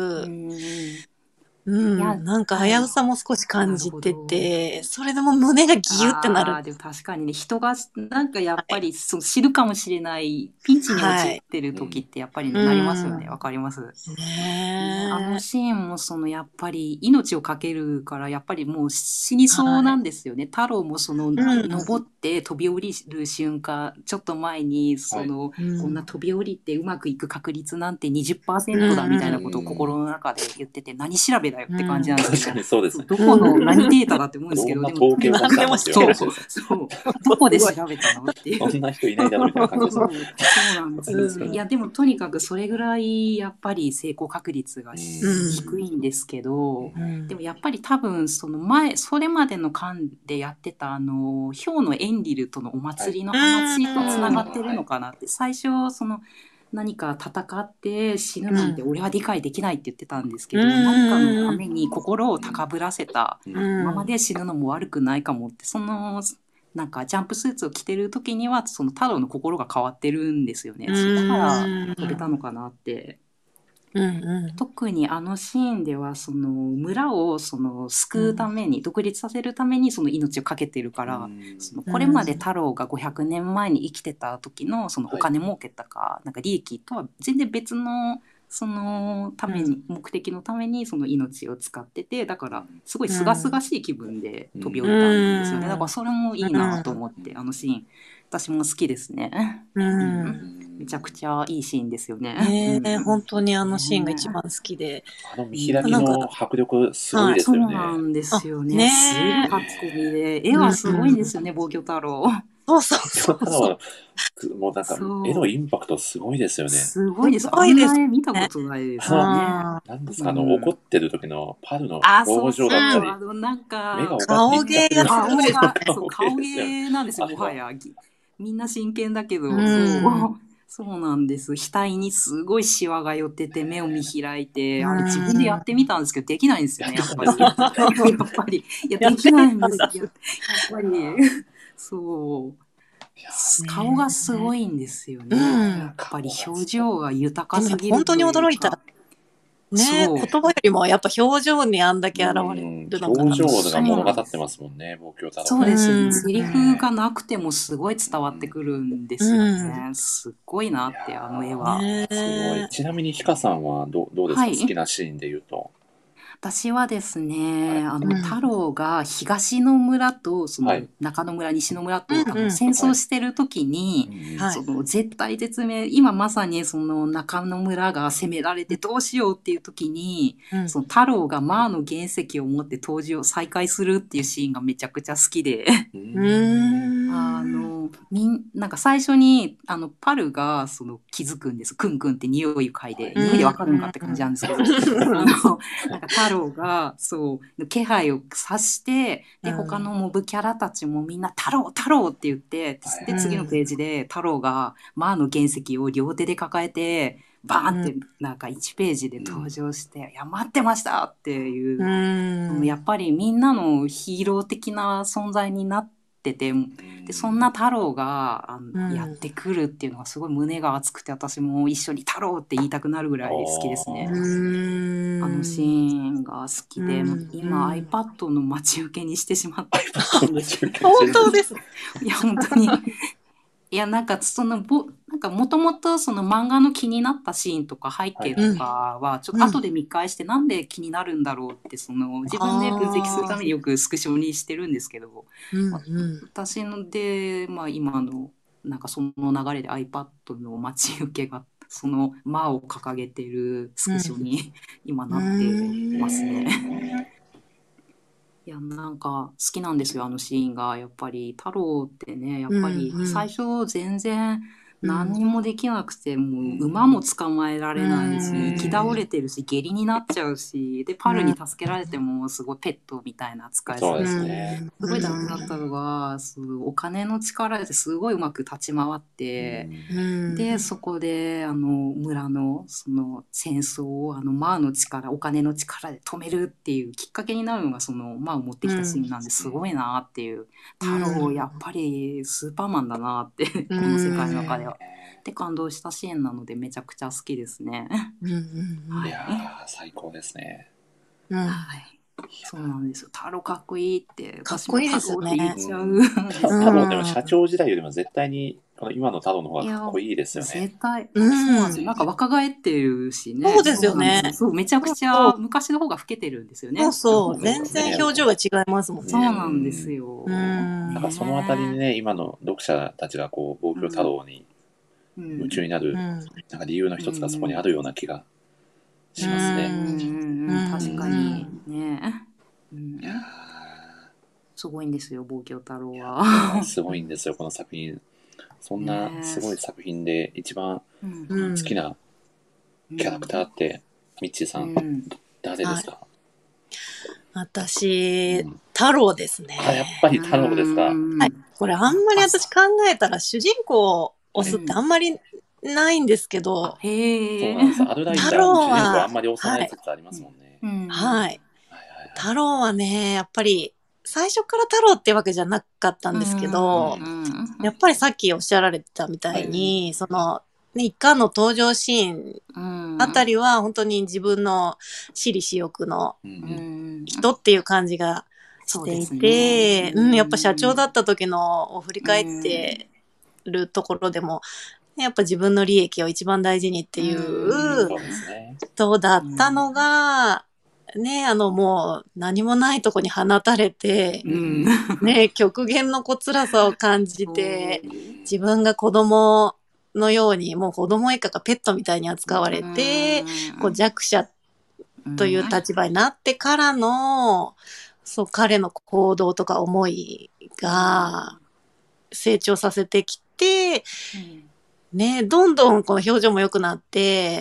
なんか危うさも少し感じてて、それでも胸がギュってなる。 でも確かにね、人がなんかやっぱり死ぬかもしれないピンチに陥ってる時ってやっぱりなりますよね。わかります。あのシーンもやっぱり命をかけるからやっぱりもう死にそうなんですよね。太郎も登って飛び降りる瞬間、ちょっと前にこんな飛び降りてうまくいく確率なんて 20% だみたいなことを心の中で言ってて、何調べだよって感じなんですけど、 確かにそうです。 どこの何データだって思うんですけど、でも何でもどこで調べたのっていう。 そんな人いないだろうみたいな感じです。 そうなんです。いやでもとにかくそれぐらいやっぱり成功確率が低いんですけど、でもやっぱり多分それまでの巻でやってたヒョウのエンリルとのお祭りの話とつながってるのかなって、最初何か戦って死ぬなんて俺は理解できないって言ってたんですけど、何かのために心を高ぶらせたままで死ぬのも悪くないかもって、なんかジャンプスーツを着てる時には太郎の心が変わってるんですよね。だから飛べたのかなって。特にあのシーンでは村を救うために、独立させるために命をかけてるから、これまで太郎が500年前に生きてた時のお金儲けたかなんか利益とは全然別のそのために、目的のためにその命を使ってて、だからすごい清々しい気分で飛び降りたんですよね。だからそれもいいなと思って、あのシーン私も好きですね。めちゃくちゃいいシーンですよね。 本当にあのシーンが一番好きで、 見開きの迫力すごいですよね。 そうなんですよね。すごいかっこいいで、絵はすごいんですよね、防御太郎。 もうなんか絵のインパクトすごいですよね。 すごいです。あんな絵見たことないですよね。 なんですか、怒ってる時のパルの表情だったり、 なんか目が顔芸が顔芸なんですよ、もはや。みんな真剣だけど、そうなんです。額にすごいシワが寄ってて、目を見開いて、自分でやってみたんですけど、できないんですよね、やっぱり。いや、できないんですよ。やっぱり。そう。顔がすごいんですよね。やっぱり表情が豊かすぎる。 本当に驚いた。ね、言葉よりもやっぱ表情にあんだけ現れるのかな。 表情が物語ってますもんね、防御太郎。 そうですね。セリフがなくてもすごい伝わってくるんですよね。すっごいなって、あの絵は。 すごい。ちなみにひかさんはどうですか、好きなシーンで言うと。 私はですね、太郎が東の村とその中の村、西の村と戦争してる時に、その絶対絶命、今まさにその中の村が攻められてどうしようっていう時に、その太郎がマーの原石を持って当時を再開するっていうシーンがめちゃくちゃ好きで、なんか最初にパルがその気づくんです。クンクンって匂いを嗅いで、匂いでわかるのかって感じなんですけど、なんか太郎がそう気配を察して、で他のモブキャラたちもみんな太郎太郎って言って、で次のページで太郎がマーの原石を両手で抱えてバーンってなんか1ページで登場して、いや待ってましたっていう、やっぱりみんなのヒーロー的な存在になってて、でそんな太郎がやってくるっていうのがすごい胸が熱くて、私も一緒に太郎って言いたくなるぐらい好きですね。あのシーンが好きで、今 iPad の待ち受けにしてしまったんですけど本当です。 いや本当にいやなんかなんかもともとその漫画の気になったシーンとか背景とかはちょっと後で見返してなんで気になるんだろうってその自分で分析するためによくスクショにしてるんですけど、私ので、今のなんかその流れで iPad の待ち受けがその「マ」を掲げてるスクショに今なってますね。いやなんか好きなんですよ、あのシーンが。やっぱり太郎ってね、やっぱり最初全然何にもできなくて、もう馬も捕まえられないし、行き倒れてるし、下痢になっちゃうし、でパルに助けられてもすごいペットみたいな扱いされて、すごいダメだったのが、お金の力ですごいうまく立ち回って、でそこで村のその戦争をマーの力、お金の力で止めるっていうきっかけになるのがそのマーを持ってきたシーンなんで、すごいなっていう。太郎やっぱりスーパーマンだなってこの世界の中では。で感動したシーンなのでめちゃくちゃ好きですね。 いや最高ですね。 そうなんですよ。太郎かっこいいってかっこいいですよね。 言っちゃう。 太郎でも社長時代よりも絶対に今の太郎の方がかっこいいですよね。 絶対。そうなんですよ。なんか若返ってるしね。 そうですよね。 そうめちゃくちゃ昔の方が老けてるんですよね。 そう全然表情が違いますもんね。 そうなんですよ。 なんかそのあたりにね、今の読者たちがこう防御太郎に夢中になるなんか理由の一つがそこにあるような気がしますね。 確かにね。すごいんですよ、防御太郎は。 すごいんですよ、この作品。そんなすごい作品で一番好きなキャラクターってミッチーさん誰ですか？ 私、太郎ですね。 やっぱり太郎ですか。 これあんまり私考えたら主人公を押すってあんまりないんですけど、 そうなんです。アルライターの主人公はあんまり押さない説ありますもんね。太郎はね、やっぱり最初から太郎ってわけじゃなかったんですけど、やっぱりさっきおっしゃられたみたいに、その一巻の登場シーンあたりは本当に自分の私利私欲の人っていう感じがしていて、やっぱ社長だった時のを振り返ってるところでもやっぱ自分の利益を一番大事にっていうそうですね。 人だったのが、ね、もう何もないとこに放たれて、ね、極限の辛さを感じて、自分が子供のように、もう子供以下かペットみたいに扱われて、こう弱者という立場になってからの、そう、彼の行動とか思いが成長させてきて、ね、どんどんこの表情も良くなって、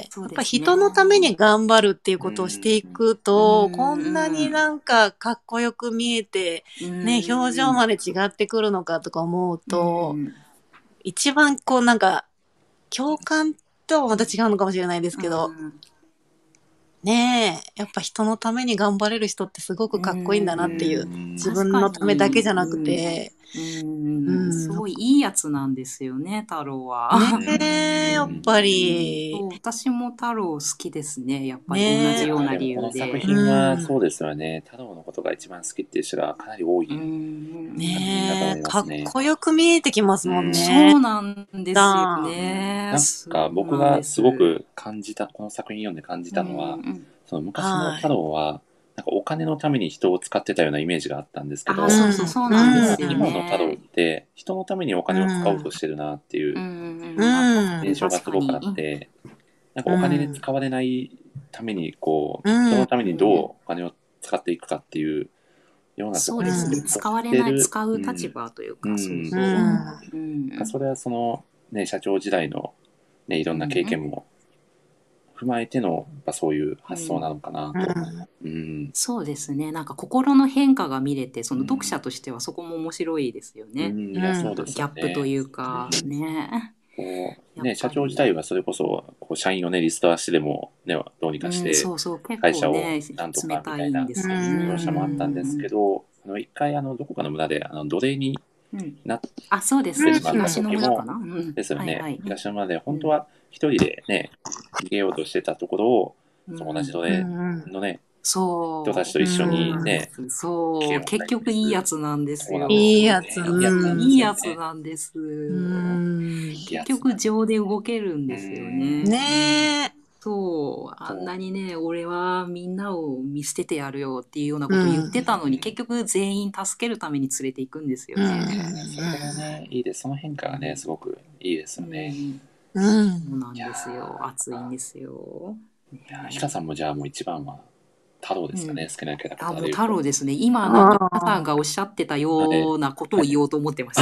やっぱ人のために頑張るっていうことをしていくと、こんなになんかかっこよく見えて、ね、表情まで違ってくるのかとか思うと、一番こうなんか、共感とはまた違うのかもしれないですけど、ねえ、やっぱ人のために頑張れる人ってすごくかっこいいんだなっていう、自分のためだけじゃなくて、 すごいいいやつなんですよね、太郎は。 ねえ、やっぱり。 私も太郎好きですね、やっぱり同じような理由で。 この作品はそうですよね、太郎のことが一番好きっていう人がかなり多い。 ねえ、かっこよく見えてきますもんね。 そうなんですよね。 なんか僕がすごく感じた、この作品読んで感じたのは、その昔の太郎は、なんかお金のために人を使ってたようなイメージがあったんですけど、 そうなんですよね。 今の太郎って人のためにお金を使おうとしてるなっていう印象がすごくあって、なんかお金に使われないためにこう、人のためにどうお金を使っていくかっていうようなところそうですね、使われない、使う立場というか、 それはそのね、社長時代のね、いろんな経験も踏まえてのそういう発想なのかなと。 そうですね、なんか心の変化が見れて、その読者としてはそこも面白いですよね。 いや、そうですギャップというかね。 こうね、社長自体はそれこそこう社員をねリストラしてでも、ね、どうにかして会社をなんとかみたいな描写もあったんですけど、一回どこかの村で奴隷になってしまった時もですよね、東の村で本当は一人でね逃げようとしてたところを、同じ奴隷のね人たちと一緒にね、 結局いいやつなんですよ。 いいやつ、 いいやつなんです。結局情で動けるんですよね。 ねえ。 そう、あんなにね、俺はみんなを見捨ててやるよっていうようなことを言ってたのに、結局全員助けるために連れていくんですよね。 それがね、いいです。その変化がね、すごくいいですよね。 そうなんですよ。熱いんですよ。 ひかさんもじゃあもう一番は太郎ですかね、好きなキャラクターで。 もう太郎ですね。今なんか皆さんがおっしゃってたようなことを言おうと思ってました。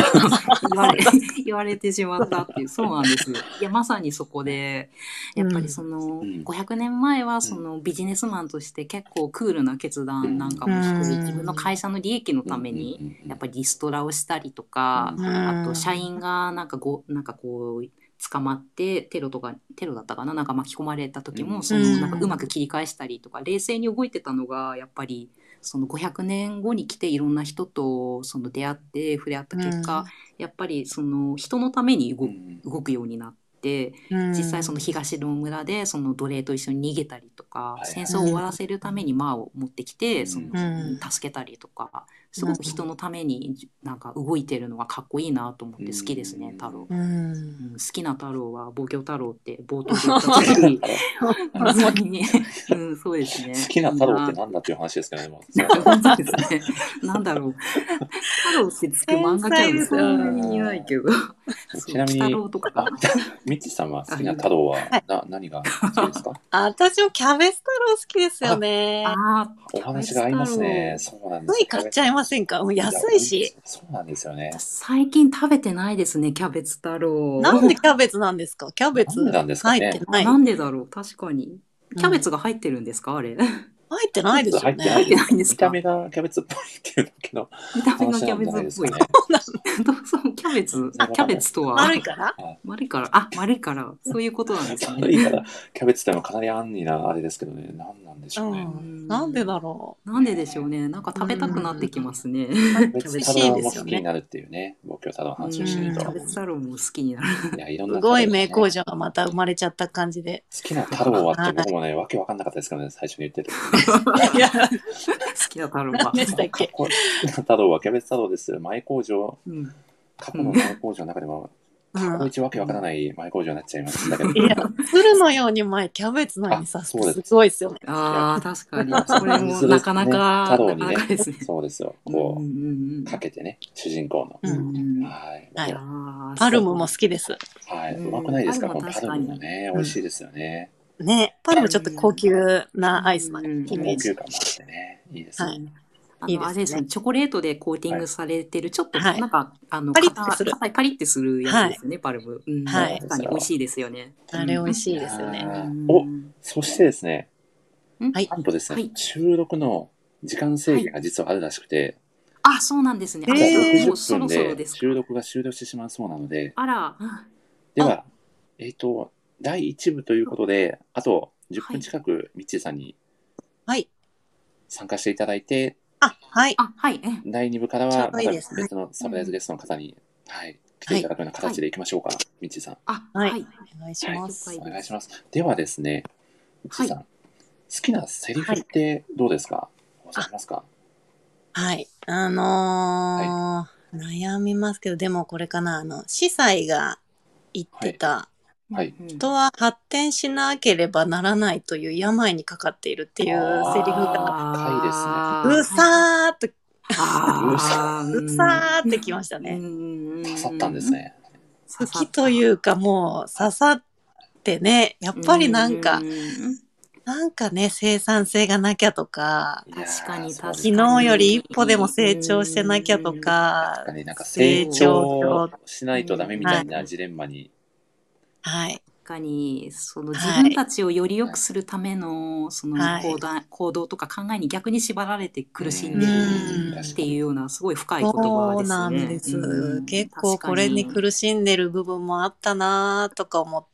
言われてしまったっていう。そうなんですよ。いやまさにそこでやっぱりその500年前はそのビジネスマンとして結構クールな決断なんかもして自分の会社の利益のためにやっぱりリストラをしたりとか、あと社員がなんかこう捕まってテロだったかな、なんか巻き込まれた時もそのなんかうまく切り返したりとか冷静に動いてたのがやっぱりその500年後に来ていろんな人とその出会って触れ合った結果、やっぱりその人のために動くようになって、実際その東の村でその奴隷と一緒に逃げたりとか、戦争を終わらせるために馬を持ってきてその助けたりとか、すごく人のためになんか動いてるのがかっこいいなと思って好きですね、太郎。好きな太郎は望郷太郎って冒頭で言った通りまさにそうですね。 好きな太郎ってなんだっていう話ですけどね。 本当ですね。なんだろう。太郎ってつく漫画キャラそんなにいないけど。 ちなみにみちさんは好きな太郎は何が好きですか？ 私もキャベツ太郎好きですよね。 お話が合いますね。そうなんです。 つい買っちゃいませんか？もう安いし。 そうなんですよね。 最近食べてないですね、キャベツ太郎。 なんでキャベツなんですか？キャベツ入ってない。 なんでだろう、確かに。キャベツが入ってるんですか、あれ。 入ってないですよね。 入ってないんですか？ 見た目がキャベツっぽいっていうだけの見た目がキャベツっぽい。そうキャベツとは丸いから丸いからそういうことなんですね。 丸いからキャベツってもかなり安易なあれですけどね。何なんでしょうね。 なんでだろう。なんででしょうね。なんか食べたくなってきますね。 キャベツ太郎も好きになるっていうね。望郷太郎の話をしてると。 キャベツ太郎も好きになる。 いや、いろんな。 すごい名工場がまた生まれちゃった感じで。 好きな太郎はって僕もね、わけわかんなかったですからね、最初に言ってて。 好きな太郎は。 何でしたっけ？ 太郎はキャベツ太郎です。前工場、過去の前工場の中でも過去一わけわからない前工場になっちゃいましたけど。 いや、鶴のように前キャベツのように刺すってすごいですよね。 ああ、確かに。それもなかなか、 太郎にねなかなかですね。 そうですよ。こう、かけてね、主人公の。はい。 パルムも好きです。 はい。うまくないですか、このパルムもね。美味しいですよね。 ね、パルムちょっと高級なアイスなイメージ。 高級感もあってね。いいですね。 あれですね、チョコレートでコーティングされてる、ちょっとなんか、 パリッとする。 パリッてするやつですよね、パルム。 はい。 確かに美味しいですよね。 あれ美味しいですよね。 お、そしてですね、 はい。 なんとですね、収録の時間制限が実はあるらしくて、 あ、そうなんですね。 60分で収録が終了してしまうそうなので、 あら。 では、第1部ということで、あと10分近くミッチーさんに参加していただいて、 はい。 第2部からはまた別のサプライズゲストの方に、来ていただくような形でいきましょうか、ミッチーさん。 はい。お願いします。 お願いします。ではですね、ミッチーさん、好きなセリフってどうですか？ございますか？ はい。悩みますけど、でもこれかな、司祭が言ってた、人は発展しなければならないという病にかかっているっていうセリフが、ぐさーっと、ぐさーってきましたね。 刺さったんですね。 好きというかもう刺さってね、やっぱりなんかね、生産性がなきゃとか、 確かに昨日より一歩でも成長してなきゃとか、 確かになんか成長しないとダメみたいなジレンマに。 はい。 確かに、その自分たちをより良くするための、その行動とか考えに逆に縛られて苦しんでるっていうようなすごい深い言葉ですね。 そうなんです。結構これに苦しんでる部分もあったなとか思って。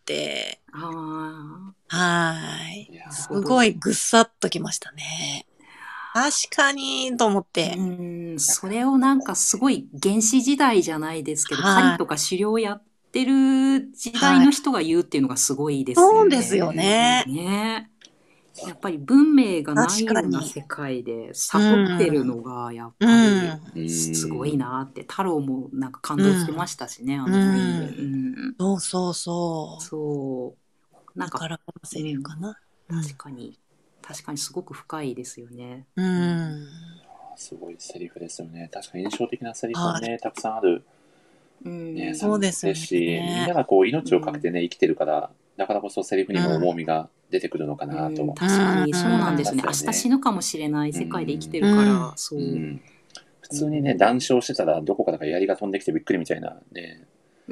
はい。すごいぐっさっときましたね。確かにと思って。 それをなんかすごい原始時代じゃないですけど、狩りとか狩猟やってる時代の人が言うっていうのがすごいですよね。 そうですよね。 やっぱり文明がないような世界で悟ってるのがやっぱりすごいなって、太郎もなんか感動してましたしね、あの辺で。そう。 なんか、 だからこのセリフかな。 確かにすごく深いですよね。 すごいセリフですよね。確かに印象的なセリフはね、たくさんある。 そうですよね。 みんながこう命をかけてね、生きてるから、だからこそセリフにも重みが出てくるのかなと。 確かにそうなんですね。明日死ぬかもしれない世界で生きてるから、そう。 普通にね、談笑してたらどこからか槍が飛んできてびっくりみたいなね。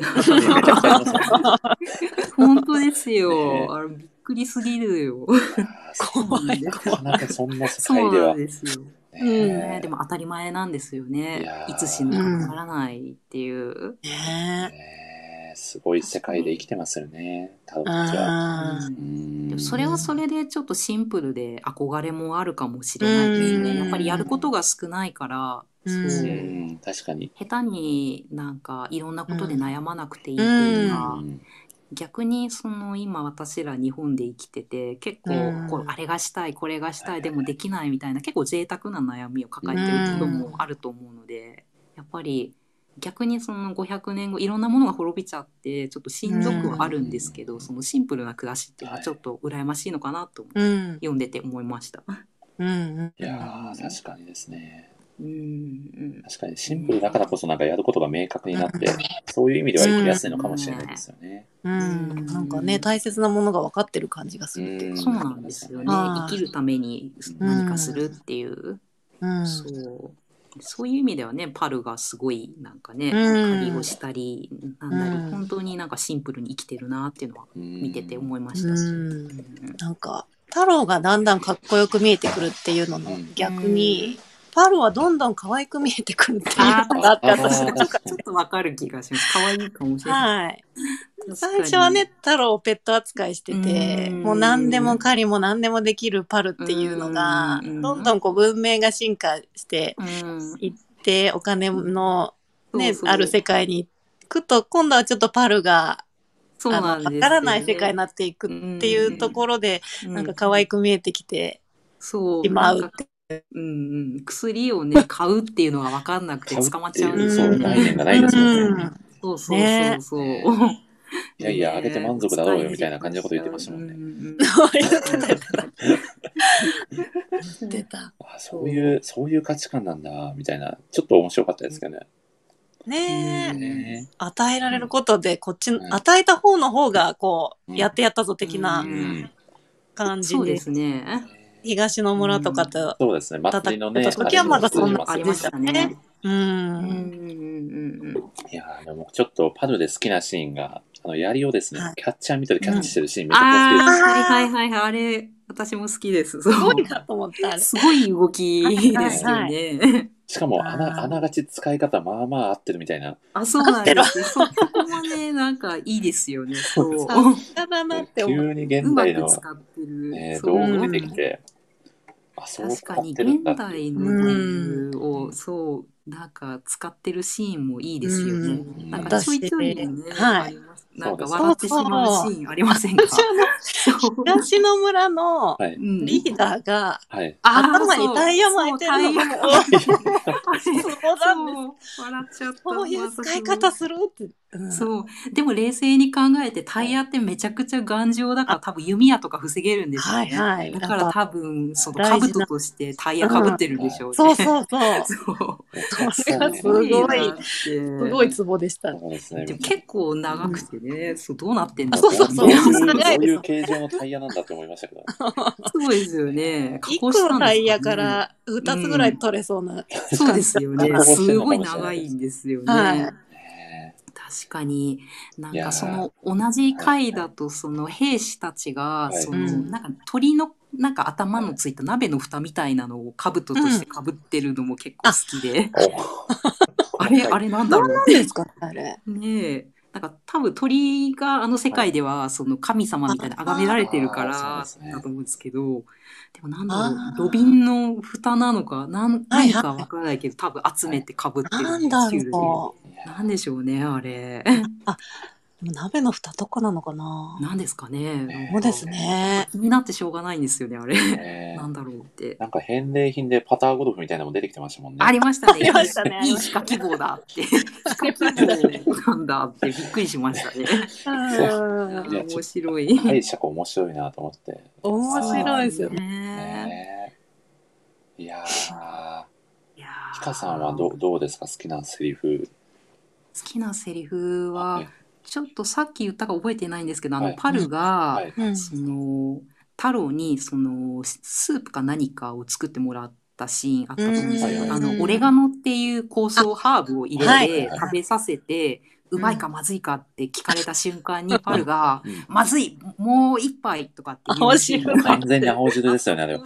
本当ですよ。あれびっくりすぎるよ。 怖い。 なかなかそんな世界では。 でも当たり前なんですよね。いつ死ぬかわからないっていう。 すごい世界で生きてますよね、太郎たちは。 それはそれでちょっとシンプルで憧れもあるかもしれないですね。やっぱりやることが少ないから、 確かに。 下手になんかいろんなことで悩まなくていいというか、逆にその今私ら日本で生きてて結構あれがしたいこれがしたいでもできないみたいな結構贅沢な悩みを抱えてることもあると思うので、やっぱり逆にその500年後いろんなものが滅びちゃってちょっとしんどくはあるんですけど、そのシンプルな暮らしっていうのはちょっと羨ましいのかなと読んでて思いました。 いや確かにですね。確かにシンプルだからこそなんかやることが明確になって、そういう意味では生きやすいのかもしれないですよね。 なんかね、大切なものが分かってる感じがするっていう。 そうなんですよね。生きるために何かするっていう。そういう意味ではね、パルがすごいなんかね、狩りをしたりなんだり、本当になんかシンプルに生きてるなっていうのは見てて思いましたし。 なんか太郎がだんだんかっこよく見えてくるっていうのの逆に。パルはどんどん可愛く見えてくるっていうのがあって、私なんかちょっとわかる気がします。可愛いかもしれない。 はい。最初はね、太郎をペット扱いしてて、もう何でも狩りも何でもできるパルっていうのが、どんどんこう文明が進化していって、お金のね、ある世界に行くと、今度はちょっとパルが、わからない世界になっていくっていうところで、なんか可愛く見えてきてしまうって。 薬をね買うっていうのが分かんなくて捕まっちゃうんですよね。 概念がないですよね。 そうそうねそうそう。 ねいやいや、あげて満足だろうよみたいな感じのこと言ってましたもんね。 言ってた。 そういう価値観なんだ、みたいな、ちょっと面白かったですけどね。 ねえ。 ね与えられることで、こっち、 うん与えた方の方が、こう、 うんやってやったぞ的なうん感じに、 そうですね。 東の村とかとそうですね、祭りのね、 叩かれた時はまだそんなありましたね。 うん。 うんうんうんいやーでもちょっとパルで好きなシーンが、槍をですね、 はいキャッチャーミットでキャッチしてるシーンめちゃくちゃ好きです。 はいはいはいはい。あれ、私も好きです。そう。 すごいなと思った。あれすごい動きですよね。 しかもあながち使い方まあまあ合ってるみたいな。 あ、そうなんですよ。そこもね、なんかいいですよね。そう。 さすがだなって思う。 急にうま現代のく使ってる。 道具出てきて、そう使っ確かにてるんだ現っていう。 代の道具を、そうなんか使ってるシーンもいいですよね。なんかちょいちょいね、 はいあります。なんかそうです笑ってしまうシーンありませんか？そう東の村のはい。 リーダーが、 はい。 頭にタイヤ巻いてるのがもう、そうなんです。 そう笑っちゃった。 こういう使い方するって。 そう。でも冷静に考えてタイヤってめちゃくちゃ頑丈だから多分弓矢とか防げるんですよね。 はいはい。 だから多分その大事な兜としてタイヤ被ってるんでしょうね。 そうそうそう。 そう。 それがすごい、すごいツボでした。 そうですね。 でも結構長くてね、そうどうなってんだそうそうそうどういう形状のタイヤなんだって思いましたけど。 そうですよね。 1個のタイヤから2つぐらい取れそうな。 そうですよね。すごい長いんですよね。 はい確かになんかその同じ回だとその兵士たちがそのなんか鳥のなんか頭のついた鍋の蓋みたいなのを兜としてかぶってるのも結構好きで、あれなんだろう何なんですかあれ。 ねえ。なんか多分鳥があの世界ではその神様みたいな崇められてるからだと思うんですけど、でもなんだろう、土瓶の蓋なのか何かわからないけど多分集めてかぶってるなんだろう。なんでしょうねあれ。 鍋の蓋とかなのかな。 なんですかね。 そうですね。 気になってしょうがないんですよねあれ。なんだろうって。 なんか返礼品でパターゴルフみたいなのも出てきてましたもんね。 ありましたね。 ありましたねいい皮下希望だって。皮下希望なんだってびっくりしましたね。面白い。 解釈面白いなと思って。 面白いですよね。 いやー。ひかさんはどうですか、好きなセリフ。 好きなセリフは、ちょっとさっき言ったか覚えてないんですけど、パルが、その太郎にそのスープか何かを作ってもらったシーンあったと思うんですよ。オレガノっていう香草ハーブを入れて食べさせて、うまいかまずいかって聞かれた瞬間にパルが、まずいもう一杯とかって言うシーン完全に青汁ですよねあれは。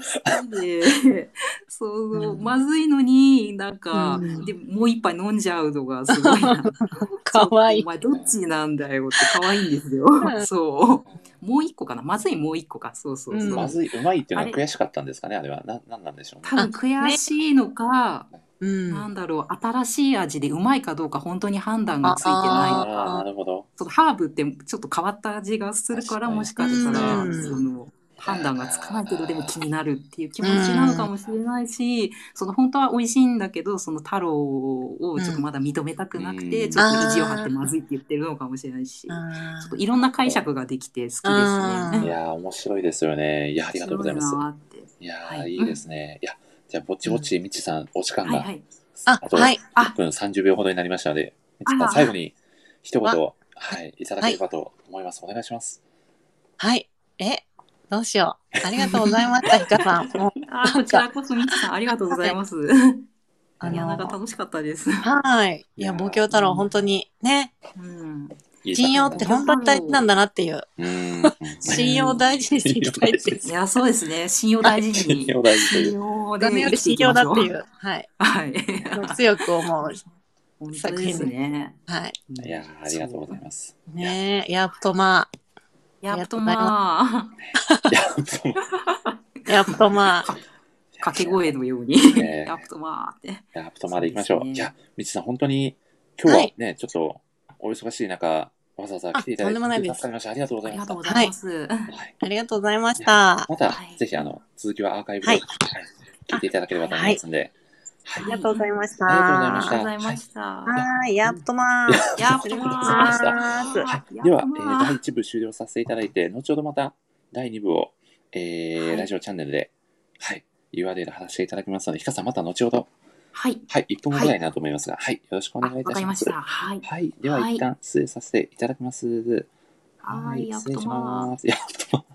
そうまずいのになんか、でもう一杯飲んじゃうのがすごいな。 かわいい。 お前どっちなんだよって可愛いんですよ。そう。もう一個かな。まずいもう一個か。そうそうそう。 まずいうまいっていうのは悔しかったんですかねあれは。なんなんでしょうね。 多分悔しいのか。なんだろう、新しい味でうまいかどうか本当に判断がついてないのか。 なるほど。 そのハーブってちょっと変わった味がするからもしかしたらその判断がつかないけどでも気になるっていう気持ちなのかもしれないし、その本当は美味しいんだけどその太郎をちょっとまだ認めたくなくて、ちょっと意地を張ってまずいって言ってるのかもしれないし、ちょっといろんな解釈ができて好きですね。 いや面白いですよね。いやありがとうございます。いやいいですね。いやじゃあぼちぼちみちさんお時間があと1分30秒ほどになりましたので、みちさん最後に一言いただければと思います。お願いします。 はい。どうしよう。ありがとうございました、ひかさん。 こちらこそみちさんありがとうございます。なんか楽しかったです。 はい。いや、望郷太郎本当にね。信用って本当に大事なんだなっていう。信用を大事にしていきたいって。 いや、そうですね。信用大事に。 信用大事という。 信用だっていう。はい。 はい。 強く思う。 本当ですね。 はい。 いや、ありがとうございます。 ねえ、やっとまあ。 やっとまあ。 やっとまあ。 掛け声のように。やっとまあって。 やっとまあでいきましょう。いや、みちさん本当に今日はね、ちょっとお忙しい中、わざわざ来ていただいて助かりました。ありがとうございました。 ありがとうございます。 ありがとうございました。 またぜひ続きはアーカイブで聞いていただければと思いますので、 ありがとうございました。 ありがとうございました。 ありがとうございました。 はい、やっとまーす。 やっとまーす。 はい、では、第1部終了させていただいて、後ほどまた第2部を、ラジオチャンネルで、はい、URL 貼らせていただきますので、ひかさんまた後ほど、 はい、 はい、1分後ぐらいになると思いますが、はい、よろしくお願いいたします。 はい、 はい、では一旦失礼させていただきます。はい、失礼します。やっと